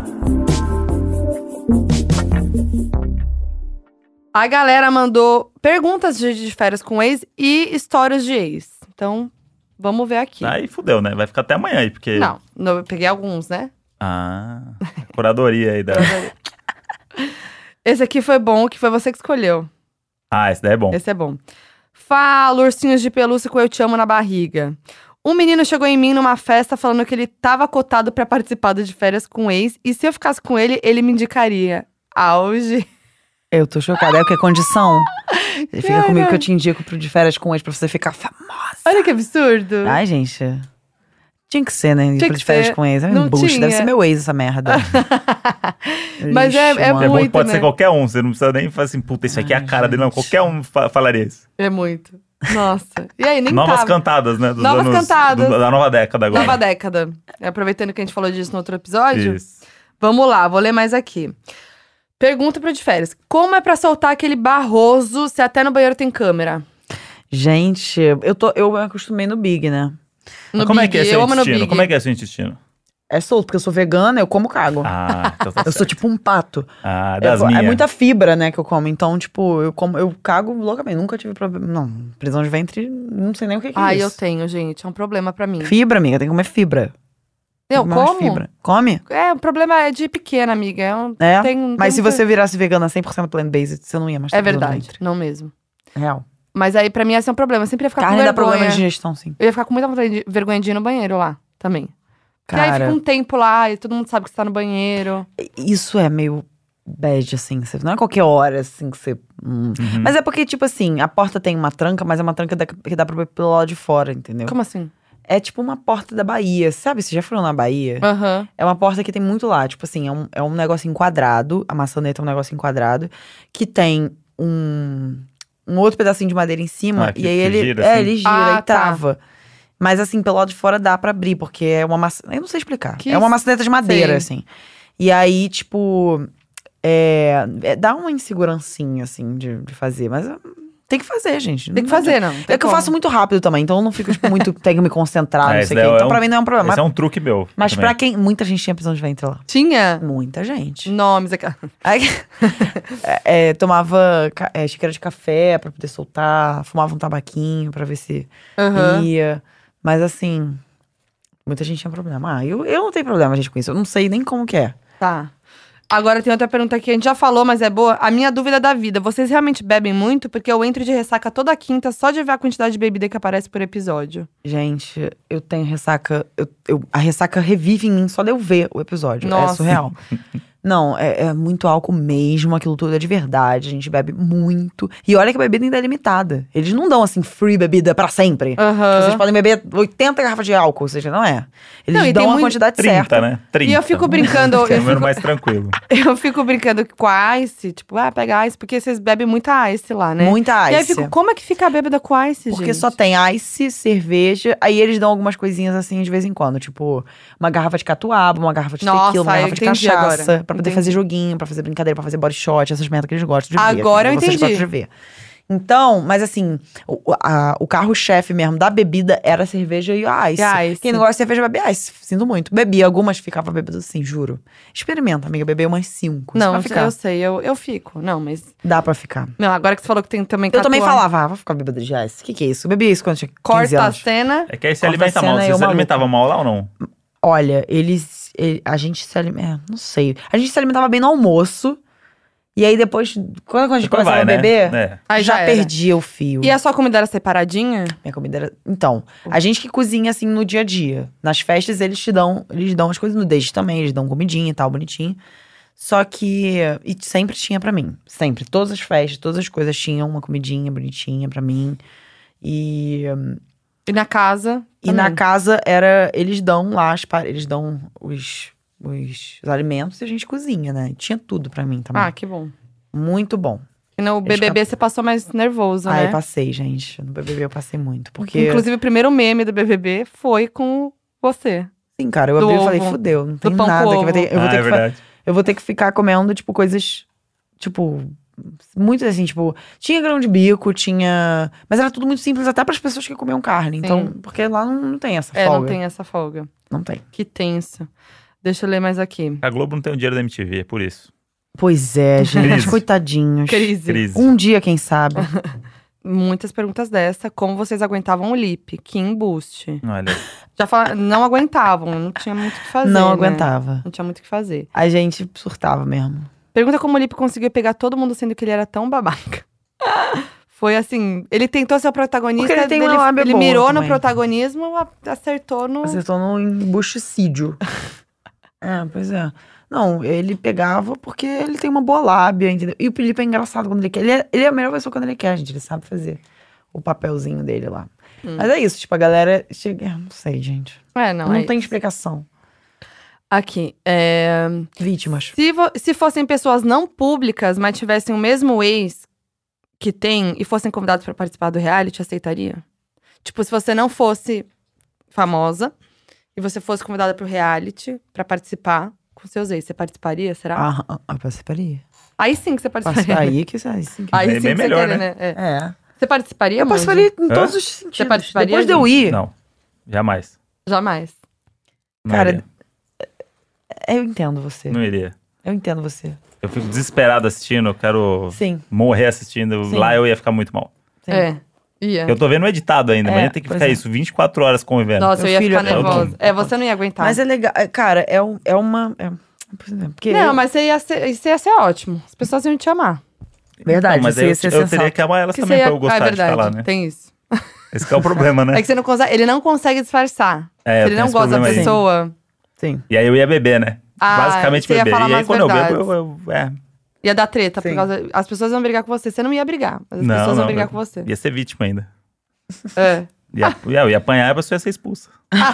B: A galera mandou perguntas de férias com ex e histórias de ex. Então, vamos ver aqui.
A: Aí fudeu, né? Vai ficar até amanhã aí, porque...
B: Não, eu peguei alguns, né?
A: Ah, curadoria aí da...
B: Esse aqui foi bom, que foi você que escolheu.
A: Ah, esse daí é bom.
B: Esse é bom. Fala, ursinhos de pelúcia com eu te amo na barriga. Um menino chegou em mim numa festa falando que ele tava cotado pra participar de férias com o ex. E se eu ficasse com ele, ele me indicaria. Auge.
C: Eu tô chocada. É o que? Condição? Você fica
B: Cara.
C: comigo que eu te indico pro de férias com eles pra você ficar famosa.
B: Olha que absurdo.
C: Ai, gente. Tinha que ser, né? Ir
B: Tinha
C: pro
B: que
C: de férias
B: ser.
C: com eles. É
B: Não
C: um bullshit.
B: tinha.
C: Deve ser meu ex essa merda.
B: Mas é
C: Lixo,
A: É
C: mano.
A: bom
B: muito,
A: que pode
B: né?
A: ser qualquer um. Você não precisa nem falar assim, puta, isso aqui é a cara dele. Não, qualquer um falaria isso.
B: É muito. Nossa. E aí, nem
A: Novas
B: tava.
A: cantadas, né? Dos
B: Novas
A: anos,
B: cantadas.
A: Da nova década agora.
B: Nova década. Aproveitando que a gente falou disso no outro episódio.
A: Isso.
B: Vamos lá, vou ler mais aqui. Pergunta pro de férias. Como é pra soltar aquele barroso se até no banheiro tem câmera?
C: Gente, eu me acostumei no Big, né?
B: No
A: Como é
B: Big,
A: que é seu
B: eu amo no
A: intestino?
B: Big.
A: Como é que é seu intestino?
C: É solto, porque eu sou vegana, eu como cago.
A: Ah, então tá
C: Eu sou tipo um pato.
A: Ah, das
C: É
A: minhas.
C: muita fibra, né, que eu como. Então, tipo, eu cago loucamente. Nunca tive problema. Não, prisão de ventre, não sei nem o que é
B: Ai,
C: isso.
B: eu tenho, gente. É um problema pra mim.
C: Fibra, amiga, tem que comer fibra. Tem
B: Eu
C: que comer mais
B: como?
C: Fibra. Come?
B: É, o problema é de pequena, amiga.
C: É?
B: Tem
C: Mas se
B: muita-
C: você virasse vegana 100% plant-based, você não ia mais ter
B: É
C: prisão de
B: verdade,
C: ventre.
B: não mesmo.
C: Real.
B: Mas aí, pra mim, esse é um problema. Eu sempre ia ficar
C: Carne
B: com
C: dá
B: vergonha.
C: problema de digestão, sim.
B: Eu ia ficar com muita vergonha de ir no banheiro lá, também. E aí
C: Cara,
B: fica um tempo lá e todo mundo sabe que você tá no banheiro.
C: isso é meio bad, assim. Não é qualquer hora, assim, que você... Mas é porque, tipo assim, a porta tem uma tranca, mas é uma tranca que dá pra ver pelo lado de fora, entendeu?
B: Como assim?
C: É tipo uma porta da Bahia, sabe? Você já foi na Bahia?
B: Aham.
C: É uma porta que tem muito lá. Tipo assim, é um negocinho quadrado. A maçaneta é um negocinho quadrado. Que tem um outro pedacinho de madeira em cima.
A: Ah, que
C: e aí ele
A: gira, assim?
C: ele gira
B: Ah,
C: e trava. Mas assim, pelo lado de fora dá pra abrir, porque é uma maçaneta. Eu não sei explicar.
B: Que
C: É uma maçaneta de madeira,
B: sei.
C: assim. E aí, tipo. Dá uma insegurancinha, assim, de fazer. Mas tem que fazer, gente.
B: Tem que
C: Não
B: fazer,
C: adianta.
B: não. Tem
C: É que eu
B: como.
C: faço muito rápido também, então eu não fico, tipo, muito. Tenho que me concentrar, não
A: esse
C: sei o quê.
A: daí é
C: Então,
A: um-
C: pra mim, não é um problema.
A: Esse é um truque meu.
C: Mas
A: também.
C: pra quem. Muita gente tinha prisão de ventre lá.
B: Tinha
C: Muita gente.
B: nomes aqui.
C: Aí, tomava xícara de café pra poder soltar, fumava um tabaquinho pra ver se
B: Aham.
C: ia. Mas assim, muita gente tinha problema. Eu não tenho problema, gente, com isso. Eu não sei nem como que é.
B: Tá. Agora tem outra pergunta aqui, a gente já falou, mas é boa. A minha dúvida da vida, vocês realmente bebem muito? Porque eu entro de ressaca toda quinta só de ver a quantidade de bebida que aparece por episódio.
C: Gente, eu tenho ressaca. A ressaca revive em mim só de eu ver o episódio.
B: Nossa.
C: É surreal. Não, é muito álcool mesmo, aquilo tudo é de verdade. A gente bebe muito. E olha que a bebida ainda é limitada. Eles não dão, assim, free bebida pra sempre.
B: Aham.
C: Vocês podem beber 80 garrafas de álcool, ou seja, não é. Eles
B: Não, e
C: dão
B: tem
C: a
B: muito-
C: quantidade
A: 30,
C: certa.
A: né? 30.
B: E eu fico brincando,
A: Que é
B: eu
A: o número
B: fico-
A: mais tranquilo.
B: Eu fico brincando com a Ice, tipo, pega Ice, porque vocês bebem muita Ice lá, né?
C: Muita
B: E aí eu
C: ice.
B: fico, como é que fica a bêbada com Ice,
C: Porque
B: gente?
C: só tem ice, cerveja, aí eles dão algumas coisinhas assim de vez em quando. Tipo, uma garrafa de catuaba, uma garrafa de
B: Nossa,
C: tequila, uma
B: eu
C: garrafa de
B: entendi
C: cachaça.
B: agora.
C: Pra poder
B: Entendi.
C: fazer joguinho, pra fazer brincadeira, pra fazer body shot, essas merdas que eles gostam de ver.
B: Agora
C: que
B: eu
C: vocês
B: entendi.
C: gostam de ver. Então, mas assim, o carro-chefe mesmo da bebida era a cerveja e o ice.
B: E ice.
C: Quem não gosta de cerveja bebe ice, sinto muito. Bebi, algumas ficava bebendo assim, juro. Experimenta, amiga, beber umas 5.
B: Não,
C: vai ficar.
B: eu sei, eu fico. Não, mas...
C: Dá pra ficar.
B: Não, agora que você falou que tem também
C: Eu também
B: catuaba.
C: falava, vou ficar bebendo de ice. O que é isso? Eu bebi isso quando tinha 15
B: Corta a
C: anos.
B: cena.
A: É que aí você
C: Corta
A: alimenta
C: a
A: mal.
C: cena e
A: Você
C: eu
A: se
C: maluco.
A: alimentava mal lá ou não?
C: Olha, a gente se alimenta. Não sei. A gente se alimentava bem no almoço. E aí depois, quando a gente
A: Depois
C: começava a
A: vai, né?
C: beber,
A: É.
B: Aí
C: já
B: já era.
C: perdia o fio.
B: E a sua comida era separadinha?
C: Minha comida era. Então, a gente que cozinha assim no dia a dia. Nas festas, eles dão as coisas no desde também, eles dão comidinha e tal, bonitinho. Só que. E sempre tinha pra mim. Sempre. Todas as festas, todas as coisas tinham uma comidinha bonitinha pra mim. E
B: E na casa?
C: na
B: também.
C: casa eles dão lá, eles dão os alimentos e a gente cozinha, né? E tinha tudo pra mim também.
B: Ah, que bom.
C: Muito bom.
B: E no
C: Eles
B: BBB você passou mais nervoso,
C: Aí
B: né?
C: passei, gente. No BBB eu passei muito. Porque,
B: Inclusive, o primeiro meme do BBB foi com você.
C: sim, cara, eu
B: do
C: abri e falei,
B: ovo.
C: fudeu, não tem
B: pão com
C: nada que vai
B: ovo.
C: ter. Eu vou
A: Ah,
C: ter
A: é
C: que
A: verdade.
C: eu vou ter que ficar comendo, tipo, coisas, tipo, muito assim, tipo, tinha grão de bico, tinha. Mas era tudo muito simples, até pras pessoas que comiam carne. Então, porque lá não tem essa
B: É,
C: folga.
B: não tem essa folga.
C: Não tem.
B: Que tenso. Deixa eu ler mais aqui.
A: A Globo não tem o dinheiro da MTV, é por isso.
C: Pois é, gente.
A: Crise.
C: Coitadinhos.
B: Crise.
C: Um dia, quem sabe.
B: Muitas perguntas dessa. Como vocês aguentavam o lip? Que embuste.
A: Olha.
B: Já falaram, não aguentavam, não tinha muito o que fazer.
C: Não
B: né?
C: aguentava.
B: Não tinha muito o que fazer.
C: A gente surtava mesmo.
B: Pergunta como o Lipe conseguiu pegar todo mundo sendo que ele era tão babaca. Foi assim, ele tentou ser o protagonista,
C: Porque ele tem uma lábia
B: ele
C: boa
B: mirou no
C: também.
B: protagonismo, acertou no...
C: Acertou no embuchicídio. Pois é. Não, ele pegava porque ele tem uma boa lábia, entendeu? E o Felipe é engraçado quando ele quer. Ele é a melhor pessoa quando ele quer, gente. Ele sabe fazer o papelzinho dele lá. Mas é isso, tipo, a galera chega. Não sei, gente.
B: Não
C: Não
B: é
C: tem
B: isso.
C: explicação.
B: Aqui,
C: Vítimas.
B: se fossem pessoas não públicas, mas tivessem o mesmo ex, que tem e fossem convidados pra participar do reality, aceitaria? Tipo, se você não fosse famosa e você fosse convidada pro reality pra participar com seus ex, você participaria, será?
C: Eu participaria.
B: Aí sim que você participaria.
C: Aí sim que...
B: Aí
A: É
B: sim
A: bem
B: que
A: melhor,
B: você quer,
A: né?
C: É.
B: Você participaria,
C: Eu
B: Monja?
C: participaria em todos os sentidos.
B: Você participaria,
C: Depois de eu ir,
A: Não, jamais.
B: Jamais.
A: Não
C: Cara,
A: iria.
C: eu entendo você.
A: Não iria.
C: Eu entendo você.
A: Eu fico desesperado assistindo, eu quero
C: Sim.
A: morrer assistindo.
C: Sim.
A: Lá eu ia ficar muito mal.
C: Sim.
B: Ia.
A: Eu tô vendo editado ainda, mas
C: É,
A: ia ter que
C: pois
A: ficar
C: é.
A: isso 24 horas convivendo.
B: Nossa,
C: Meu
B: eu ia
C: filho
B: ficar
C: é
B: nervosa.
A: tão-
B: Você não ia aguintar.
C: Mas é legal. Cara, é uma... por exemplo, porque
B: Não, mas você ia ser ótimo. As pessoas iam te amar.
C: Verdade,
A: Não, mas
C: você
A: aí
C: ia
A: eu,
C: ser
A: eu teria
C: sensato.
A: que amar elas
B: Que
A: também
B: você ia...
A: pra eu gostar
B: é
A: de
B: verdade,
A: estar lá, né?
B: tem isso.
A: Esse que é o problema, né?
B: É que você não consegue... Ele não consegue disfarçar.
A: É,
B: Se
A: eu
B: ele
A: tenho
B: não
A: esse
B: gosta da
A: problema aí.
B: pessoa,
C: Sim.
A: E aí eu ia beber, né?
B: Ah,
A: Basicamente
B: você ia
A: beber.
B: falar
A: E aí
B: mais
A: quando eu bebo,
B: verdades. Ia dar treta. Por
C: Sim.
B: causa... As pessoas iam brigar com você. Você não ia brigar, mas as
A: Não,
B: pessoas iam
A: não,
B: brigar
A: eu
B: com você.
A: Ia ser vítima ainda.
B: É.
A: Eu ia apanhar e a pessoa ia ser expulsa.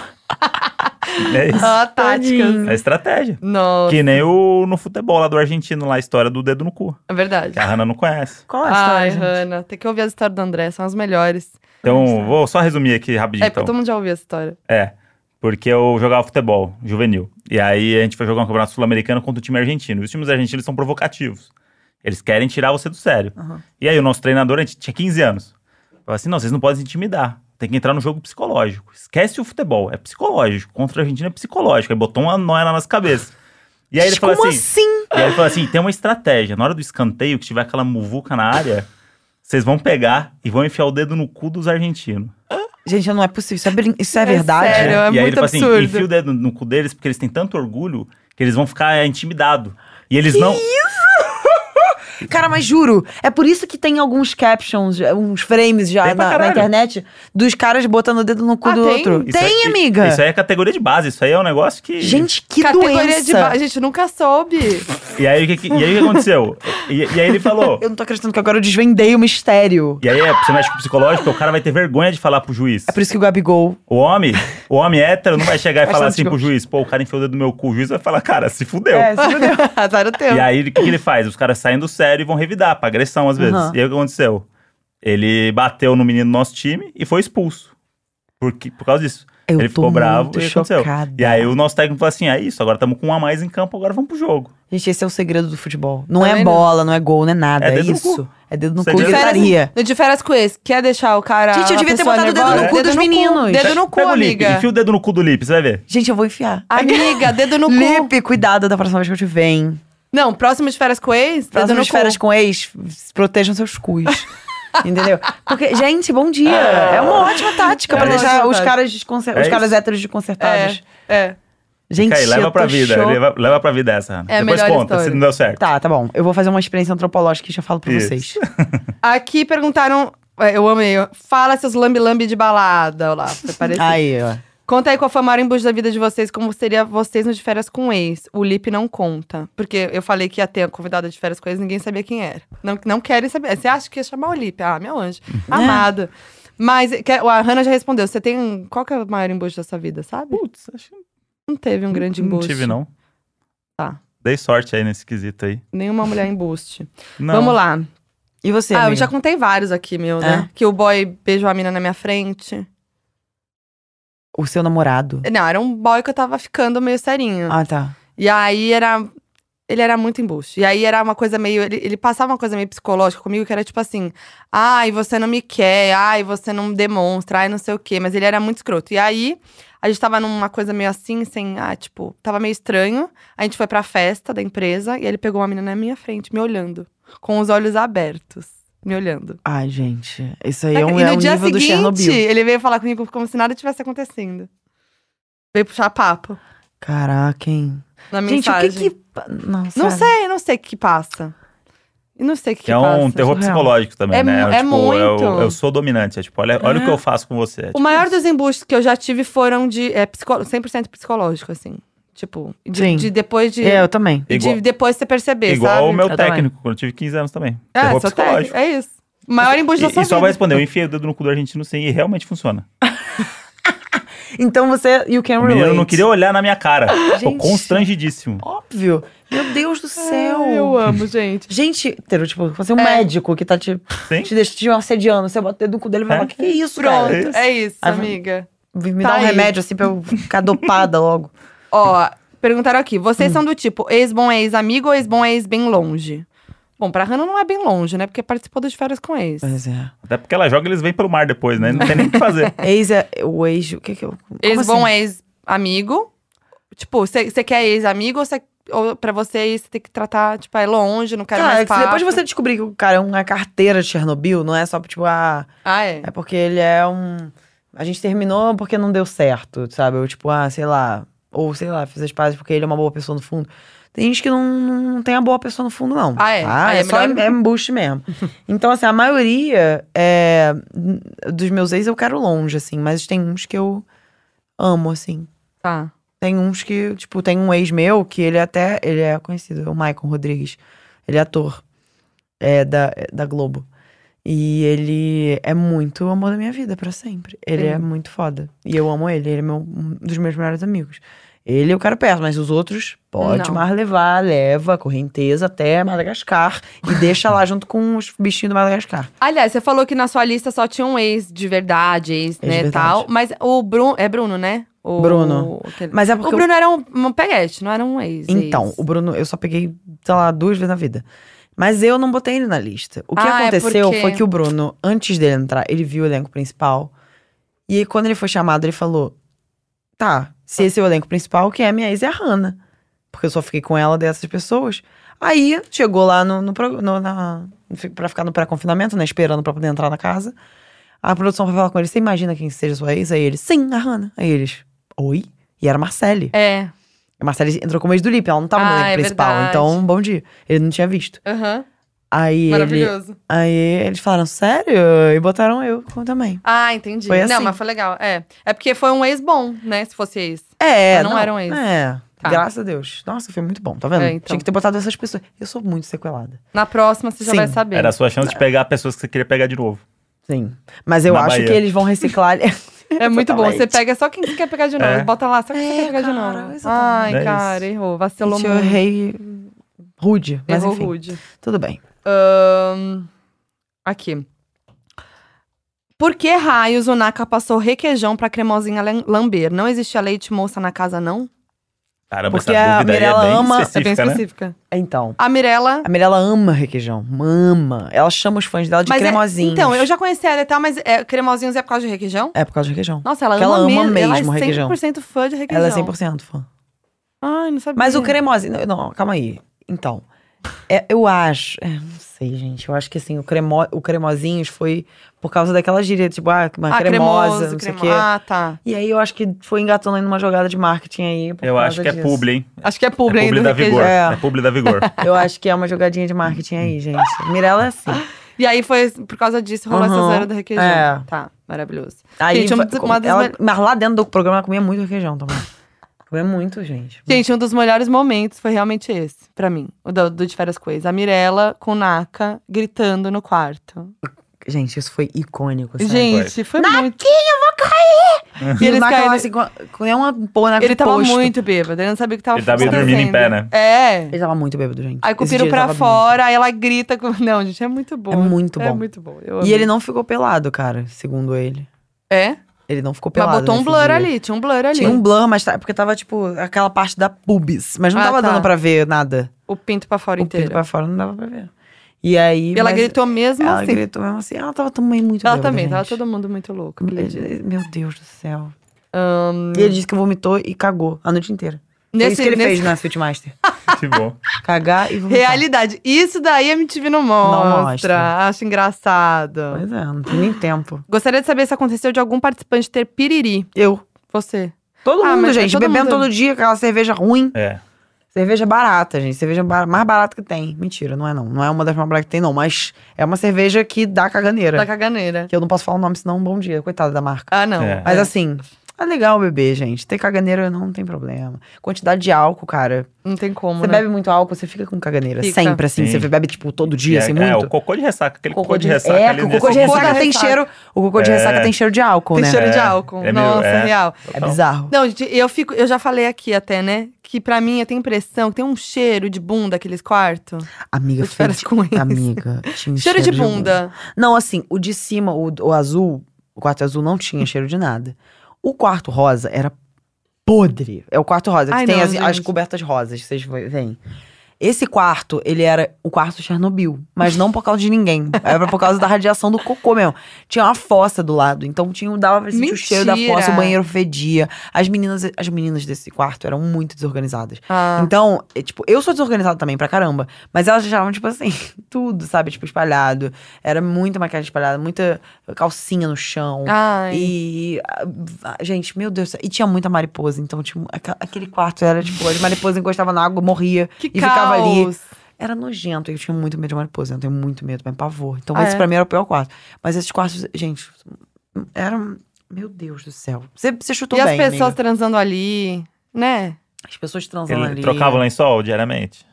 A: É isso.
B: Ah, táticas.
A: É estratégia.
B: Nossa,
A: Que nem no futebol lá do argentino, lá, a história do dedo no cu.
B: é verdade.
A: Que a Hannah não conhece.
C: Qual é a história,
B: Ai,
C: gente?
B: Hanna, tem que ouvir as histórias do André, são as melhores.
A: Então, vou só resumir aqui rapidinho.
B: É, porque
A: Então.
B: todo mundo já ouviu essa história.
A: É, porque eu jogava futebol juvenil. E aí a gente foi jogar um campeonato sul-americano contra o time argentino. E os times argentinos são provocativos. Eles querem tirar você do sério. E aí o nosso treinador, a gente tinha 15 anos. Falou assim, não, vocês não podem se intimidar. Tem que entrar no jogo psicológico. Esquece o futebol, é psicológico. Contra a Argentina é psicológico. Aí botou uma noia na nossa cabeça. E aí ele falou
C: Como
A: assim...
C: assim?
A: E aí ele falou assim, tem uma estratégia. Na hora do escanteio, que tiver aquela muvuca na área, vocês vão pegar e vão enfiar o dedo no cu dos argentinos.
C: Gente, não é possível. Isso é verdade?
B: sério, é
A: E aí
B: muito
A: ele falou assim,
B: absurdo.
A: enfia o dedo no cu deles, porque eles têm tanto orgulho que eles vão ficar intimidados. E eles não...
C: Cara, mas juro, é por isso que tem alguns captions, uns frames já
A: Tem pra
C: na
A: caralho.
C: internet dos caras botando o dedo no cu
B: Ah,
C: do
B: tem?
C: outro.
A: Isso
C: Tem,
A: aí-
C: amiga.
A: Isso aí é categoria de base, isso aí é um negócio que...
C: Gente, que
B: Categoria
C: doença.
B: de base. Gente, nunca soube.
A: E aí o que aconteceu? E aí ele falou...
C: Eu não tô acreditando que agora eu desvendei o mistério.
A: E aí você mexe com o psicológico, o cara vai ter vergonha de falar pro juiz.
C: É por isso que o Gabigol...
A: O homem hétero não vai chegar e
C: Faz
A: falar
C: tanto
A: assim pro
C: gosto.
A: juiz, pô, o cara enfiou o dedo no meu cu, o juiz vai falar, cara, se fudeu.
C: se fudeu.
B: Azar o teu.
A: E aí, o que ele faz? Os caras saem do sério e vão revidar pra agressão, às vezes.
C: Uhum.
A: E aí, o que aconteceu? Ele bateu no menino do nosso time e foi expulso. Por causa disso.
C: Eu
A: Ele
C: tô
A: ficou bravo
C: muito
A: e aconteceu.
C: chocada.
A: E aí, o nosso técnico falou assim, é isso, agora estamos com um a mais em campo, agora vamos pro jogo.
C: Gente, esse é o segredo do futebol. Não
B: Tá
C: é
B: vendo?
C: bola, não é gol, não é nada.
A: É
C: É,
A: dedo no
C: isso.
A: cu.
C: É dedo no cu
A: Segredo.
C: e gritaria.
B: No de férias com esse, quer deixar o cara...
C: Gente, eu
B: a
C: devia ter
B: pessoa
C: botado o dedo no
B: nervosa?
C: cu dos meninos.
B: Dedo no cu,
A: Pega o Lipe,
B: amiga.
A: enfia o dedo no cu do Lipe, você vai ver.
C: Gente, eu vou enfiar.
B: Amiga, dedo no cu.
C: Lipe, cuidado da próxima vez que eu te venho.
B: Não, próximo de férias com ex, dedo
C: Próximas
B: no
C: férias
B: cu.
C: com ex, protejam seus cus. Entendeu? Porque, gente, bom dia. É uma ótima tática pra
B: É uma
C: deixar
B: ótima
C: os
B: tática.
C: caras,
A: É
C: os caras
A: isso.
C: héteros desconcertados.
B: É.
C: Gente,
A: Fica aí, leva
C: eu
A: pra
C: tô
A: vida, leva pra vida essa, Ana.
B: É a
A: Depois
B: melhor
A: conta,
B: história.
A: se não deu certo.
C: Tá bom. Eu vou fazer uma experiência antropológica e já falo pra
A: Isso.
C: vocês.
B: Aqui perguntaram... Eu amei. Fala seus lambi-lambi de balada. Olha lá, foi parecido.
C: Aí, ó.
B: Conta aí qual foi o maior embuste da vida de vocês, como seria vocês no de férias com ex. O Lipe não conta. Porque eu falei que ia ter a convidada de férias com ex, ninguém sabia quem era. Não querem saber. Você acha que ia chamar o Lipe? Ah, meu anjo. Amado. Mas a Hannah já respondeu. Você tem... Qual que é o maior embuste da sua vida, sabe?
A: Putz, acho que
B: Não teve um grande
A: não
B: embuste.
A: tive, não.
B: Tá.
A: Dei sorte aí nesse quesito aí.
B: Nenhuma mulher embuste.
A: Não.
B: Vamos lá.
C: E você,
B: Eu
C: amiga?
B: já contei vários aqui, meu, né? Que o boy beijou a mina na minha frente.
C: O seu namorado.
B: Não, era um boy que eu tava ficando meio serinho.
C: Ah, tá.
B: E aí ele era muito embuste. E aí era uma coisa meio... Ele passava uma coisa meio psicológica comigo, que era tipo assim... Ai, você não me quer. Ai, você não demonstra. Ai, não sei o quê. Mas ele era muito escroto. E aí, a gente tava numa coisa meio assim, sem... Ah, tipo, tava meio estranho. A gente foi pra festa da empresa. E ele pegou uma menina na minha frente, me olhando. Com os olhos abertos. Me olhando.
C: Ai, gente. Isso aí é
B: E
C: um
B: no dia
C: nível do
B: seguinte,
C: Chernobyl.
B: ele veio falar comigo como se nada tivesse acontecendo. Veio puxar papo
C: Caraca, hein?
B: na
C: Gente, o
B: mensagem.
C: que... Não,
B: Não
C: sério.
B: sei o que passa. Eu não sei o que
A: É
B: passa.
A: um terror
C: surreal.
A: psicológico também,
B: É
A: né?
B: é muito.
A: Eu sou dominante. É tipo, olha o que eu faço com você. É
B: O
A: tipo
B: maior
A: isso.
B: dos embustes que eu já tive foram de 100% psicológico, assim. Tipo,
C: Sim.
B: de depois de...
C: Eu também.
B: e de
A: Igual-
B: depois você perceber,
A: Igual
B: sabe?
A: o meu
C: Eu também.
A: técnico, quando eu tive 15 anos também.
B: É,
A: Terror
B: sou
A: psicológico.
B: técnico, é isso. O maior embuste da sua
A: E só
B: vida.
A: vai responder, eu enfiei o dedo no cu do argentino sim, e realmente funciona.
C: Então você, you can
A: O
C: relate.
A: menino não queria olhar na minha cara. Tô
C: Gente.
A: constrangidíssimo.
C: Óbvio. Meu Deus do céu.
B: Eu amo, gente.
C: Gente, tipo, você é um médico que tá te assediando. Você bota o dedo no cu dele e vai falar, que é isso,
B: Pronto,
C: cara?
B: é isso,
C: Aí,
B: amiga.
C: Me
B: Tá
C: dá um
B: aí.
C: remédio assim pra eu ficar dopada logo.
B: Ó, perguntaram aqui. Vocês são do tipo, ex-bom é ex-amigo ou ex-bom é ex bem longe? Bom, pra Hannah não é bem longe, né? Porque participou das férias com ex.
C: Pois é.
A: Até porque ela joga e eles vêm pelo mar depois, né? Não tem nem o que fazer.
C: Ex é o ex. O que que eu. Como
B: Ex-bom
C: assim?
B: é ex-amigo. Tipo, você quer ex-amigo ou pra você você tem que tratar, tipo, é longe, não quero
C: Cara,
B: mais
C: que depois de
B: papo.
C: você descobrir que o cara é uma carteira de Chernobyl, não é só tipo,
B: Ah, é?
C: é porque ele é um. A gente terminou porque não deu certo, sabe? Ou tipo, sei lá. Ou sei lá, fiz as pazes porque ele é uma boa pessoa no fundo. Tem gente que não tem a boa pessoa no fundo, não.
B: Ah, é?
C: Tá?
B: Aí
C: É
B: é
C: só
B: melhor-
C: embuste mesmo. Então, assim, a maioria dos meus ex eu quero longe, assim. Mas tem uns que eu amo, assim.
B: Tá.
C: Tem uns que, tipo, tem um ex meu que ele é conhecido, é o Maicon Rodrigues. Ele é ator da Globo. E ele é muito o amor da minha vida, pra sempre. Ele é muito foda. E eu amo ele é um dos meus melhores amigos. Ele eu quero perto, mas os outros, pode
B: Não.
C: mais levar, leva a correnteza até Madagascar e deixa lá junto com os bichinhos do Madagascar.
B: Aliás, você falou que na sua lista só tinha um ex de verdade,
C: Ex de
B: né,
C: verdade.
B: tal. Mas o Bruno… É Bruno, né?
C: Bruno. Mas é porque
B: O Bruno era um peguete, não era um ex.
C: Então, o Bruno, eu só peguei, sei lá, 2 vezes na vida. Mas eu não botei ele na lista. O que
B: Ah, é
C: aconteceu
B: porque-
C: foi que o Bruno, antes dele entrar, ele viu o elenco principal. E aí, quando ele foi chamado, ele falou: tá, se esse é o elenco principal, quem é minha ex é a Hannah. Porque eu só fiquei com ela dessas pessoas. Aí, chegou lá pra ficar no pré-confinamento, né? Esperando pra poder entrar na casa. A produção foi falar com ele: você imagina quem seja sua ex? Aí ele: sim, a Hannah. Aí eles: oi? E era a Marcele.
B: É.
C: A Marcele entrou como ex do Lipe, ela não tava no
B: Ah,
C: elenco
B: é
C: principal.
B: verdade.
C: Então, bom dia. Ele não tinha visto.
B: Aham.
C: Aí
B: Maravilhoso.
C: Aí eles falaram, sério? E botaram eu também.
B: Ah, entendi.
C: Foi
B: Não,
C: assim.
B: mas foi legal. É porque foi um ex bom, né? Se fosse ex.
C: Mas
B: não eram ex. Tá.
C: Graças a Deus. Nossa, foi muito bom, tá vendo?
B: Então.
C: Tinha que ter botado essas pessoas. Eu sou muito sequelada.
B: Na próxima você já
C: Sim.
B: vai saber.
A: Era a sua chance de pegar pessoas que você queria pegar de novo.
C: Sim. Mas eu
A: Na
C: acho
A: Bahia.
C: que eles vão reciclar.
B: É muito bom. Você
C: Totalmente.
B: pega só quem você quer pegar de novo.
A: É.
B: Bota lá só quem você quer pegar de
C: cara,
B: novo.
C: exatamente.
B: Ai,
A: É
B: cara,
A: isso.
B: errou. Vacilou
C: Gente, eu
B: muito.
C: errei rude. Mas
B: Errou
C: enfim,
B: rude.
C: tudo bem.
B: Aqui. Por que raios o Naka passou requeijão pra cremosinha lamber? Não existia leite moça na casa, não?
A: Caramba,
C: Porque
A: essa
C: a
A: dúvida aí
C: Mirella
A: é bem
C: ama-
A: específica,
B: É bem
A: né?
B: específica.
C: Então,
B: A Mirella…
C: a Mirella ama requeijão. Ama. Ela chama os fãs dela de cremosinhos.
B: Então, eu já conheci ela e tal, mas cremosinhos é por causa de requeijão?
C: É por causa de requeijão.
B: Nossa, ela
C: Porque
B: ama,
C: ela ama
B: Ela
C: mesmo
B: é 100%
C: requeijão.
B: fã de requeijão.
C: Ela é 100% fã.
B: Ai, não sabia.
C: Mas o cremosinho. Não, calma aí. Então. Eu acho. Não sei, gente. Eu acho que assim, o cremosinhos foi por causa daquela gíria, tipo, uma cremosa, não sei o quê.
B: Ah, tá.
C: E aí eu acho que foi engatando aí numa jogada de marketing aí. Por
A: Eu
C: causa
A: acho que é
C: disso.
A: publi, hein?
B: Acho que é publi,
A: É
B: hein,
A: publi
B: do
A: da
B: requeijão.
A: Vigor.
C: É.
A: É publi da Vigor.
C: Eu acho que é uma jogadinha de marketing aí, gente. Mirella é assim.
B: E aí foi por causa disso, rolou essa
C: Uhum.
B: zoeira do requeijão.
C: É.
B: Tá, maravilhoso.
C: Aí
B: Gente, uma das
C: mas lá dentro do programa ela comia muito requeijão também. Comia muito, gente.
B: Gente, um dos melhores momentos foi realmente esse, pra mim. O do De Férias com Ex. A Mirella com o Naka gritando no quarto.
C: Gente, isso foi icônico, sabe?
B: Gente, foi muito…
C: E
B: eles
C: o Naka
B: caíram-
C: lá, assim, com nenhuma porra na
B: Ele tava
C: posto.
B: muito bêbado, ele não sabia o que tava
A: Ele tava
B: acontecendo.
A: dormindo em pé, né?
B: É.
C: Ele tava muito bêbado, gente.
B: Aí
C: Esse
B: cupiram
C: dia ele
B: pra
C: tava
B: fora, aí ela grita com… Não, gente, é muito bom.
C: É muito
B: É
C: bom.
B: muito bom. Eu
C: E
B: amei.
C: ele não ficou pelado, cara, segundo ele.
B: É?
C: Ele não ficou
B: Mas
C: pelado.
B: botou um
C: nesse
B: blur
C: dia.
B: ali, tinha um blur ali.
C: Tinha um blur, mas porque tava, tipo, aquela parte da pubis. Mas não
B: Ah,
C: tava
B: tá.
C: dando pra ver nada.
B: O pinto pra fora
C: O
B: inteiro.
C: pinto pra fora não dava pra ver. E aí.
B: E ela
C: mas
B: gritou mesmo
C: Ela
B: assim.
C: gritou mesmo assim. Ela tava também muito
B: Ela
C: bêbada,
B: também, tava
C: gente.
B: todo mundo muito louco aquele dia.
C: Meu Deus do céu. E ele disse que vomitou e cagou a noite inteira. Foi isso que ele fez na Switchmaster.
A: Que bom.
C: Cagar e vomitar.
B: Realidade. Isso daí a MTV não mostra.
C: mostra.
B: Acho engraçado.
C: Pois é, não tem nem tempo.
B: Gostaria de saber se aconteceu de algum participante ter piriri.
C: Eu.
B: Você.
C: Todo
B: Ah,
C: mundo,
B: mas
C: gente.
B: todo
C: Bebendo
B: mundo-
C: todo dia, aquela cerveja ruim.
A: É.
C: Cerveja barata, gente. Cerveja mais barata que tem. Mentira, não é não. Não é uma das mais baratas que tem, não. Mas é uma cerveja que dá caganeira.
B: Da caganeira.
C: Que eu não posso falar o nome, senão bom dia. Coitada da marca.
B: Ah, não.
A: É.
C: Mas assim, É legal beber, gente. Ter caganeira não tem problema. Quantidade de álcool, cara.
B: Não tem como,
C: Você
B: né?
C: bebe muito álcool, você fica com caganeira.
B: Fica.
C: Sempre, assim.
A: Sim.
C: Você bebe, tipo, todo dia, assim,
A: É,
C: muito.
A: o cocô de ressaca. Aquele cocô de ressaca
C: É,
A: ali
C: o cocô de
A: nesse
C: ressaca
B: da
C: tem
B: ressaca.
C: cheiro. O cocô de ressaca tem cheiro de álcool,
B: Tem
C: né?
B: cheiro de
A: É,
B: álcool.
A: é meio-
B: Nossa,
A: é.
B: real.
C: É bizarro.
B: Não, gente, eu já falei aqui até, né? Que pra mim, eu tenho impressão que tem um cheiro de bunda aqueles quartos.
C: Amiga,
B: Os férias com ex.
C: Amiga, tinha
B: Cheiro de bunda.
C: Não, assim, o de cima, o azul, o quarto azul não tinha cheiro de nada. O quarto rosa era podre. É o quarto rosa, que
B: Ai,
C: tem
B: não,
C: as
B: gente.
C: cobertas rosas, vocês veem. Esse quarto, ele era o quarto Chernobyl. Mas não por causa de ninguém. Era por causa da radiação do cocô mesmo. Tinha uma fossa do lado. Então dava pra sentir o cheiro da
B: Mentira.
C: fossa, o banheiro fedia. As meninas desse quarto eram muito desorganizadas.
B: Ah.
C: Então, tipo, eu sou desorganizada também pra caramba. Mas elas achavam, tipo assim, tudo, sabe? Tipo, espalhado. Era muita maquiagem espalhada, muita calcinha no chão.
B: Ai.
C: E, gente, meu Deus do céu. E tinha muita mariposa. Então, tipo, aquele quarto era, tipo, as mariposas encostavam na água, morria.
B: Que
C: e ficava ali.
B: caos.
C: Era nojento. Eu tinha muito medo de mariposa. Eu tenho muito medo, mas pavor. Então,
B: Ah,
C: esse
B: é?
C: pra mim era o pior quarto. Mas esses quartos, gente, eram. Meu Deus do céu. Você chutou
B: E
C: bem,
B: as pessoas
C: amiga.
B: transando ali, né?
C: As pessoas transando
A: Ele
C: ali.
A: trocava o lençol diariamente?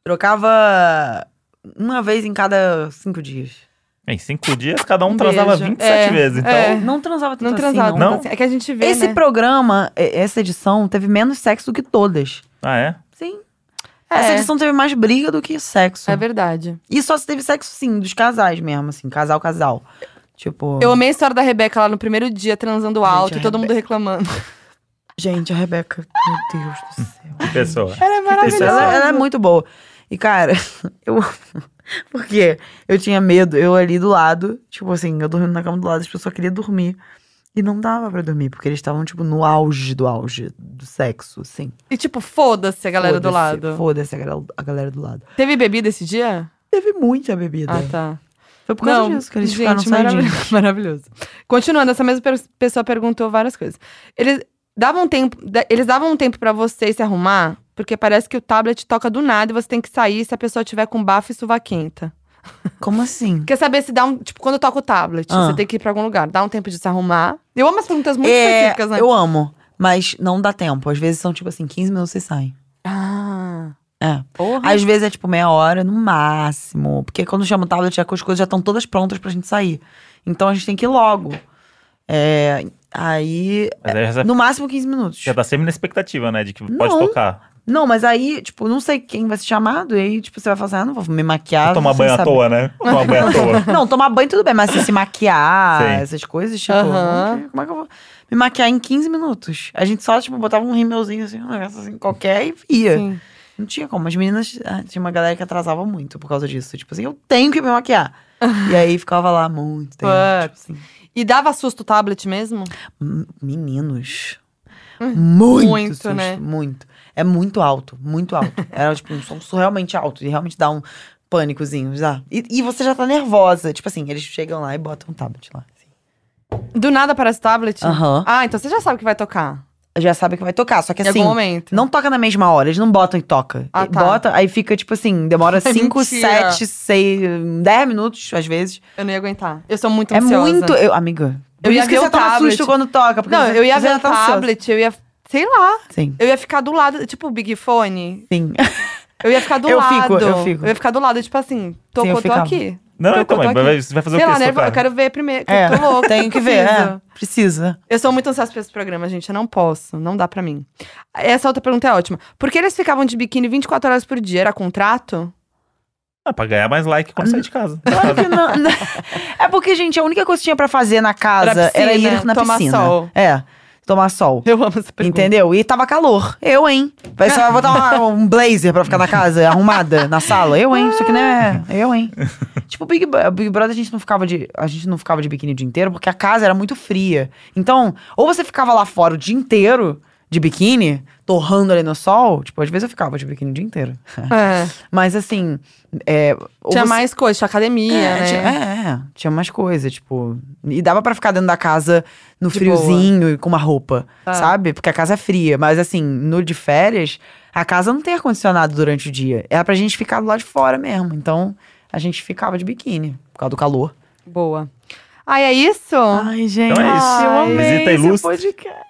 C: Trocava uma vez em cada 5 dias.
A: Em 5 dias, cada um
B: Um
A: transava
B: beijo.
A: 27 vezes. Então,
B: é.
C: Não transava tanto
B: Não
C: assim,
B: transava
C: não.
B: tanto
A: Não?
B: assim. É que a gente vê,
C: Esse
B: né?
C: programa, essa edição, teve menos sexo do que todas.
A: Ah, é?
C: Sim.
B: É.
C: Essa edição teve mais briga do que sexo.
B: É verdade.
C: E só se teve sexo, sim, dos casais mesmo, assim, casal. Tipo.
B: Eu amei a história da Rebeca lá no primeiro dia, transando alto,
C: a
B: e todo mundo reclamando.
C: Gente, a Rebeca, meu Deus do céu.
A: Que pessoa.
B: Ela é
C: Isso,
B: maravilhosa.
C: ela é muito boa. E, cara, eu. Porque eu tinha medo, eu ali do lado, tipo assim, eu dormindo na cama do lado, as pessoas queriam dormir. E não dava pra dormir, porque eles estavam, tipo, no auge do sexo, assim.
B: E tipo, foda-se a galera do
C: Foda-se,
B: lado.
C: Foda-se a galera do lado.
B: Teve bebida esse dia?
C: Teve muita bebida.
B: Ah, tá.
C: Foi por causa disso que eles ficaram
B: gente,
C: saidinhos.
B: maravilhoso. Continuando, essa mesma pessoa perguntou várias coisas. Eles davam um tempo pra você se arrumar, porque parece que o tablet toca do nada e você tem que sair se a pessoa tiver com bafo e suvaquenta.
C: Como assim?
B: Quer saber se dá um. Tipo, quando toca o tablet,
C: Ah.
B: você tem que ir pra algum lugar. Dá um tempo de se arrumar. Eu amo as perguntas muito específicas, né?
C: Eu amo, mas não dá tempo. Às vezes são, tipo assim, 15 minutos vocês saem.
B: Ah.
C: É.
B: Porra.
C: Às vezes é, tipo, meia hora no máximo. Porque quando chama o tablet, as coisas já estão todas prontas pra gente sair. Então a gente tem que ir logo. Aí.
A: Mas aí já,
C: No máximo 15 minutos.
A: já tá sempre na expectativa, né? De que pode
C: Não.
A: tocar.
C: Não, mas aí, tipo, não sei quem vai ser chamado. E aí, tipo, você vai falar assim, não vou me maquiar.
A: Tomar
C: sem
A: banho à
C: saber.
A: toa, né? Tomar banho à toa.
C: Não, tomar banho tudo bem, mas se maquiar,
A: Sim.
C: essas coisas, tipo,
B: Aham.
C: como é que eu vou me maquiar em 15 minutos? A gente só, tipo, botava um rímelzinho assim, um negócio assim, qualquer e ia.
B: Sim.
C: Não tinha como. As meninas, tinha uma galera que atrasava muito por causa disso. Tipo assim, eu tenho que me maquiar. E aí ficava lá muito tempo. Tipo assim.
B: E dava susto o tablet mesmo?
C: Meninos. Muito,
B: muito,
C: susto,
B: né?
C: Muito. É muito alto, muito alto. Era, tipo, um som surrealmente alto. E realmente dá um pânicozinho já. E você já tá nervosa. Tipo assim, eles chegam lá e botam um tablet lá. Assim.
B: Do nada parece tablet?
C: Aham.
B: Ah, então você já sabe que vai tocar.
C: Já sabe que vai tocar. Só que
B: Em
C: assim,
B: algum momento.
C: não toca na mesma hora. Eles não botam e toca.
B: Ah, tá.
C: Bota, aí fica, tipo assim, demora
B: Ai,
C: 5,
B: mentira.
C: 7, 6, 10 minutos, às vezes.
B: Eu não ia aguentar. Eu sou muito
C: É
B: ansiosa.
C: muito. Amiga. Por
B: Eu ia
C: isso que
B: ver
C: você
B: o
C: toma
B: tablet.
C: susto quando toca. Porque
B: Não,
C: você,
B: eu ia
C: você
B: ver
C: já
B: o
C: tá ansiosa.
B: tablet, eu ia. Sei lá.
C: Sim.
B: Eu ia ficar do lado, tipo o Big Fone.
C: Sim.
B: Eu ia ficar do
C: Eu
B: lado.
C: fico, eu fico.
B: Eu ia ficar do lado, tipo assim,
C: Sim,
B: tocou,
C: eu
B: tô
C: ficava.
B: aqui.
A: Não,
B: Tocou,
A: então,
B: tô
A: mas
B: aqui.
A: você vai fazer
B: Sei
A: o quê?
B: lá,
A: se
B: nervosa.
A: tocar?
B: Eu quero ver primeiro. Que eu tô louca.
C: Tem que ver, precisa.
B: Eu sou muito ansiosa pra esse programa, gente. Eu não posso. Não dá pra mim. Essa outra pergunta é ótima. Por que eles ficavam de biquíni 24 horas por dia? Era contrato?
A: Ah, pra ganhar mais like quando sair de casa.
C: Claro que não. É porque, gente, a única coisa que tinha pra fazer na casa
B: Era
C: era
B: piscina,
C: ir na
B: tomar
C: piscina.
B: sol.
C: Tomar sol.
B: Eu amo essa pergunta.
C: Entendeu? E tava calor. Eu, hein? Vai só botar um blazer pra ficar na casa, arrumada, na sala. Eu, hein? Isso aqui não é... Eu, hein? Tipo, o Big Brother, a gente não ficava de biquíni o dia inteiro, porque a casa era muito fria. Então, ou você ficava lá fora o dia inteiro de biquíni, torrando ali no sol. Tipo, às vezes eu ficava de biquíni o dia inteiro.
B: É.
C: Mas, assim... ou
B: Tinha
C: você-
B: mais coisas, tinha academia, né?
C: tinha mais coisa, tipo... E dava pra ficar dentro da casa no
B: De
C: friozinho e com uma roupa,
B: Tá.
C: sabe? Porque a casa é fria. Mas assim, no de férias, a casa não tem ar-condicionado durante o dia. Era pra gente ficar do lado de fora mesmo. Então, a gente ficava de biquíni, por causa do calor.
B: Boa. Ai, é isso?
C: Ai, gente.
A: Então é isso.
C: Eu amei
A: Visita
C: esse
A: ilustre.
C: podcast.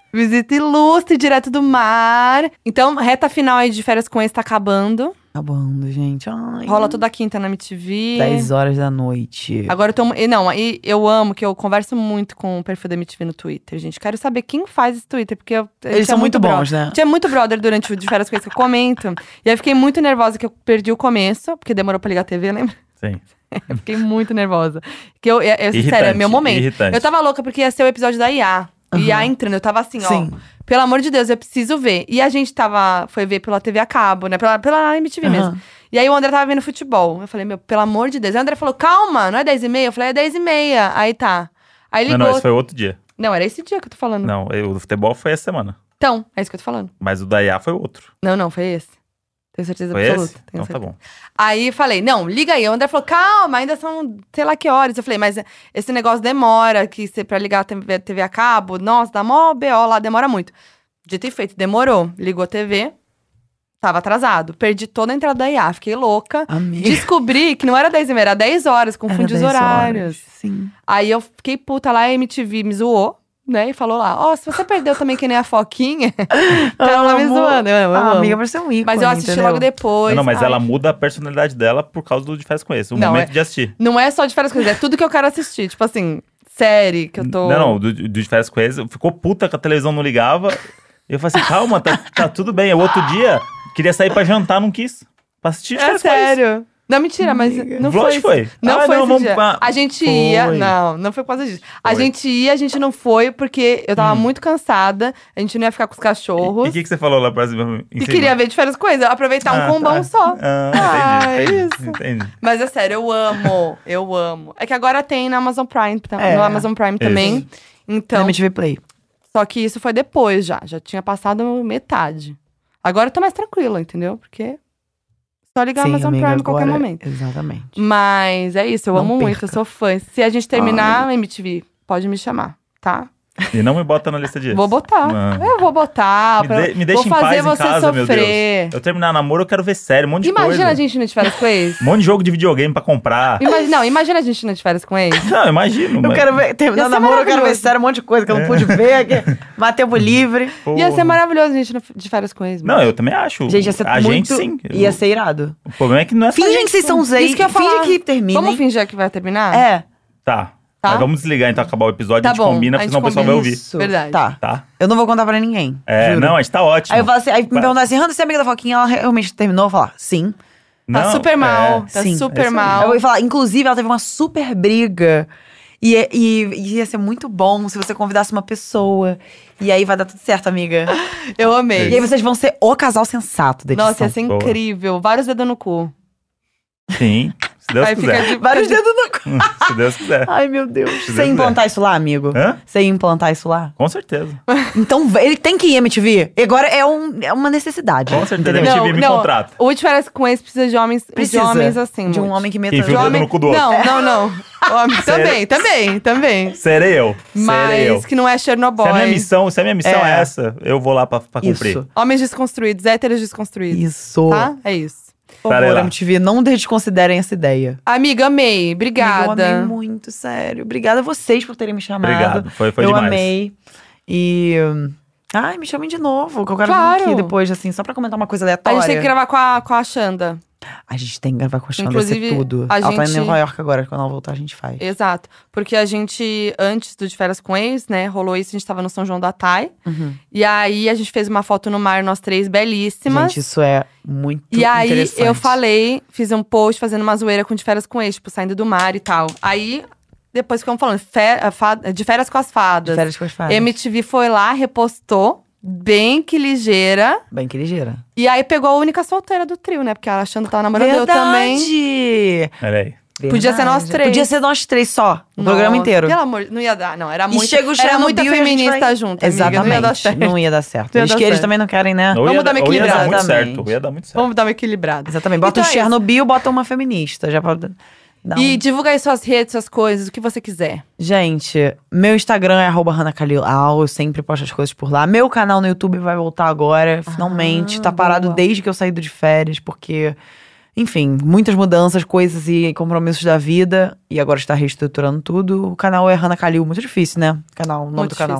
B: Visita ilustre, direto do mar. Então, reta final aí de Férias com Ex tá acabando.
C: Acabando, gente. Ai.
B: Rola toda quinta na MTV.
C: 10 horas da noite.
B: Agora eu tô. Não, aí eu amo que eu converso muito com o perfil da MTV no Twitter, gente. Quero saber quem faz esse Twitter, porque
C: Eles são muito bons, né?
B: Tinha muito brother durante o de Férias com Ex que eu comento. E aí eu fiquei muito nervosa que eu perdi o começo, porque demorou pra ligar a TV, lembra?
A: Sim.
B: Eu fiquei muito nervosa. Que
A: Irritante,
B: sério, é meu momento.
A: irritante.
B: Eu tava louca porque ia ser o episódio da IA. IA entrando, eu tava assim,
C: Sim.
B: ó. Pelo amor de Deus, eu preciso ver. E a gente foi ver pela TV a cabo, né? Pela MTV mesmo. E aí o André tava vendo futebol. Eu falei, meu, pelo amor de Deus. Aí o André falou, calma, não é 10h30? Eu falei, é 10h30. Aí tá. Aí ligou.
A: Não, esse foi outro dia.
B: Não, era esse dia que eu tô falando.
A: Não, o do futebol foi essa semana.
B: Então, é isso que eu tô falando.
A: Mas o da IA foi outro.
B: Não, foi esse. Tenho certeza
A: Foi
B: absoluta.
A: esse?
B: Tenho
A: Então
B: certeza.
A: tá bom.
B: Aí falei, não, liga aí. O André falou, calma, ainda são sei lá que horas. Eu falei, mas esse negócio demora, que pra ligar a TV a cabo, nossa, dá mó BO lá, demora muito. Dito e feito, demorou. Ligou a TV, tava atrasado. Perdi toda a entrada da IA, fiquei louca.
C: Amiga.
B: Descobri que não era 10h30, era 10 horas, confundi os
C: 10
B: horários.
C: horas, sim.
B: Aí eu fiquei puta lá, a MTV me zoou, né? E falou lá, ó, se você perdeu também que nem a Foquinha, tá lá me
C: Amo.
B: zoando. Eu amo.
C: Amiga, pra ser um ícone,
B: Mas eu assisti
C: entendeu?
B: logo depois.
A: Não, mas
B: Ai,
A: ela muda a personalidade dela por causa do de Férias com Ex. O
B: Não,
A: momento
B: é-
A: de assistir.
B: Não é só de Férias com Ex, é tudo que eu quero assistir. Tipo assim, série que eu tô...
A: Não, do de Férias com Ex, ficou puta que a televisão não ligava. E eu falei assim, calma, tá tudo bem. O outro dia, queria sair pra jantar, não quis. Pra assistir de
B: É
A: Férias com Ex.
B: sério. Não, mentira, mas não foi.
A: Lógico que foi.
B: Não
A: Ah,
B: foi
A: não,
B: esse
A: vamos
B: dia.
A: pra-
B: A gente
A: Foi.
B: ia. Não foi por causa disso. A
A: Foi.
B: gente ia, a gente não foi porque eu tava muito cansada. A gente não ia ficar com os
A: E
B: cachorros.
A: o que você falou lá pra cima?
B: E queria ver de Férias com Ex, aproveitar um combão só.
A: Entendi.
B: isso.
A: Entendi.
B: Mas é sério, eu amo. Eu amo. É que agora tem na Amazon Prime,
C: É.
B: no Amazon Prime também.
C: Na
B: Então,
C: MTV Play.
B: só que isso foi depois já. Já tinha passado metade. Agora eu tô mais tranquila, entendeu? Porque só ligar a Amazon
C: amiga,
B: Prime a qualquer
C: agora-
B: momento.
C: Exatamente.
B: Mas é isso, eu
C: Não
B: amo muito,
C: perca.
B: eu sou fã. Se a gente terminar a MTV, pode me chamar, tá?
A: E não me bota na lista disso.
B: Vou botar.
A: Não.
B: Eu vou botar.
A: Me deixa
B: vou
A: em
B: fazer
A: paz em
B: você
A: casa, meu
B: sofrer.
A: Deus. Eu terminar namoro, eu quero ver série, um monte de
B: Imagina
A: coisa.
B: a gente indo de férias com ex.
A: Um monte de jogo de videogame pra comprar.
B: Imagina a gente indo de férias com ex.
A: Não, imagino.
C: Eu
A: mas-
C: quero ver, terminar
B: Ia
C: o
B: ser
C: namoro, eu quero ver
B: maravilhoso.
C: sério um monte de coisa que eu não pude ver aqui. Mas tempo livre.
A: Porra.
B: Ia ser maravilhoso a gente ir de férias com ex.
A: Não, eu também acho.
C: Gente, ia ser
A: a
C: muito...
A: gente sim.
C: Ia ser irado.
A: O problema é que não é só a
C: Fingem
A: gente,
C: que vocês são os ex.
B: Isso que eu ia falar.
C: Finge que terminem.
B: Vamos fingir que vai terminar?
C: É.
A: Tá.
B: Tá?
A: Mas vamos desligar então, acabar o episódio,
B: Tá
A: a gente
B: bom,
A: combina,
B: a
A: porque
B: gente
A: senão o pessoal vai
B: combina
A: ouvir.
C: Isso.
B: Verdade.
C: Tá.
A: Tá?
C: Eu não vou contar pra ninguém.
A: É,
C: juro.
A: não, a gente tá ótimo.
C: Aí eu falo assim, aí me
A: Vai.
C: perguntar assim, Hannah, você é amiga da Foquinha? Ela realmente terminou? Eu falar, sim.
A: Não,
B: Tá super mal, tá
C: sim,
B: super
A: é isso aí.
B: mal.
C: Eu ia falar, inclusive, ela teve uma super briga. E ia ser muito bom se você convidasse uma pessoa. E aí vai dar tudo certo, amiga.
B: Eu amei.
C: E aí vocês vão ser o casal sensato da edição.
B: Nossa, ia ser
A: Boa.
B: incrível. Vários dedos no cu.
A: Sim, se Deus
B: Aí
A: quiser.
B: fica de-
C: Vários dedos no cu.
A: Se Deus quiser.
C: Ai, meu Deus.
A: Se
C: Você
A: Deus
C: ia implantar isso lá, amigo?
A: Hã?
C: Você ia implantar isso lá?
A: Com certeza.
C: Então, ele tem que ir, MTV. E agora é uma necessidade.
A: Com certeza.
C: Entendeu?
A: MTV me contrata.
B: O de férias com ex precisa de homens,
C: Precisa.
B: de homens assim.
C: De um
B: muito.
C: homem que meta...
A: Que enfia o dedo no cu do outro.
B: Não. Homem, também.
A: Serei eu. Serei eu.
B: Mas que não é Chernobyl.
A: Se a minha missão é
C: É.
A: essa, eu vou lá pra cumprir.
C: Isso.
B: Homens desconstruídos, héteros desconstruídos.
C: Isso.
B: Tá? É isso.
C: Por
A: Estarei
C: favor,
A: lá.
C: MTV, não desconsiderem essa ideia.
B: Amiga, amei.
C: Amiga,
B: Obrigada.
C: eu amei muito, sério. Obrigada a vocês por terem me chamado.
A: Obrigado, foi
C: eu
A: demais.
C: amei. E... Ai, me chamem de novo, que eu quero
B: Claro.
C: vir aqui depois, assim, só pra comentar uma coisa
B: A
C: aleatória.
B: gente tem que gravar com a Xanda.
C: A gente tem que gravar com a Xanda, vai ser
B: Inclusive,
C: tudo.
B: a
C: Ela tá em
B: gente-
C: Nova York agora, quando ela voltar a gente faz.
B: Exato. Porque a gente, antes do De Férias com Ex, né, rolou isso, a gente tava no São João da Thay.
C: Uhum.
B: E aí a gente fez uma foto no mar, nós três belíssimas.
C: Gente, isso é muito
B: E aí
C: interessante.
B: eu falei, fiz um post fazendo uma zoeira com De Férias com Ex, tipo, saindo do mar e tal. Aí, depois ficamos falando, De Férias com as Fadas.
C: De férias com as fadas.
B: MTV foi lá, repostou, bem que ligeira.
C: Bem que ligeira.
B: E aí pegou a única solteira do trio, né? Porque a Xanda tava namorando eu também.
C: Verdade!
A: Olha aí.
B: Podia ser nós três.
C: Podia ser nós três só, o programa
B: Nossa,
C: inteiro.
B: Pelo amor, não ia dar, não. Era
C: E
B: muito,
C: chega o
B: era
C: Chernobyl
B: muita
C: e a gente
B: feminista
C: vai-
B: junto,
C: Exatamente.
B: amiga. Não ia dar certo.
C: Não ia dar certo.
B: Não ia
C: Eles
B: dar
C: que eles
B: certo.
C: também não querem, né?
A: Ou
B: Vamos
A: ia
B: dar uma
A: ou ia dar muito
C: equilibrada.
A: certo. Ia dar muito certo.
B: Vamos dar uma equilibrada.
C: Exatamente. Bota
B: Então
C: um
B: é isso.
C: Chernobyl, bota uma feminista. Já pra dar
B: E
C: um...
B: divulga aí suas redes, suas coisas, o que você quiser.
C: Gente, meu Instagram é @HannahKhalil. Eu sempre posto as coisas por lá. Meu canal no YouTube vai voltar agora, finalmente. Tá parado
B: boa.
C: desde que eu saí de férias, porque... Enfim, muitas mudanças, coisas e compromissos da vida. E agora está reestruturando tudo. O canal é Hannah Khalil. Muito difícil, né? O nome
B: Muito
C: do canal.
B: difícil.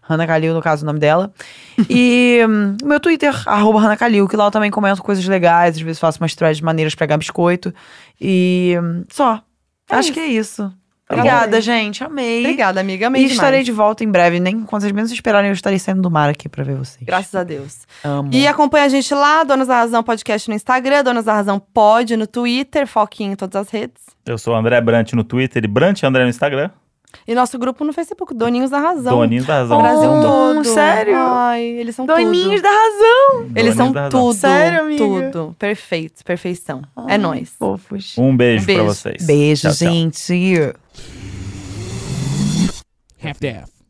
C: Hannah Kalil, no caso, o nome dela. E meu Twitter, @Hannah Kalil, que lá eu também comento coisas legais. Às vezes faço umas threads maneiras pra pegar biscoito. E só. Acho que é isso. Obrigada,
B: Adorei.
C: gente. Amei.
B: Obrigada, amiga. Amei
C: E estarei
B: demais.
C: de volta em breve. Nem quando vocês menos esperarem, eu estarei saindo do mar aqui pra ver vocês.
B: Graças a Deus.
C: Amo.
B: E acompanha a gente lá, Donas da Razão Podcast no Instagram, Donas da Razão Pod no Twitter, Foquinha em todas as redes.
A: Eu sou o André Brant no Twitter e Brant André no Instagram.
B: E nosso grupo no Facebook, Doninhos da Razão.
A: Doninhos da Razão.
B: O Brasil
C: Oh,
B: todo.
C: sério?
B: Ai, eles são
C: Doninhos
B: tudo.
C: da razão.
B: Eles são
A: Doninhos da Razão.
B: tudo.
C: Sério, amiga?
B: Tudo. Perfeito, perfeição. É nóis.
C: Fofos.
A: Um beijo,
B: Um beijo.
A: pra vocês.
C: Beijo,
A: Tchau, tchau.
C: gente.
D: Half-Death.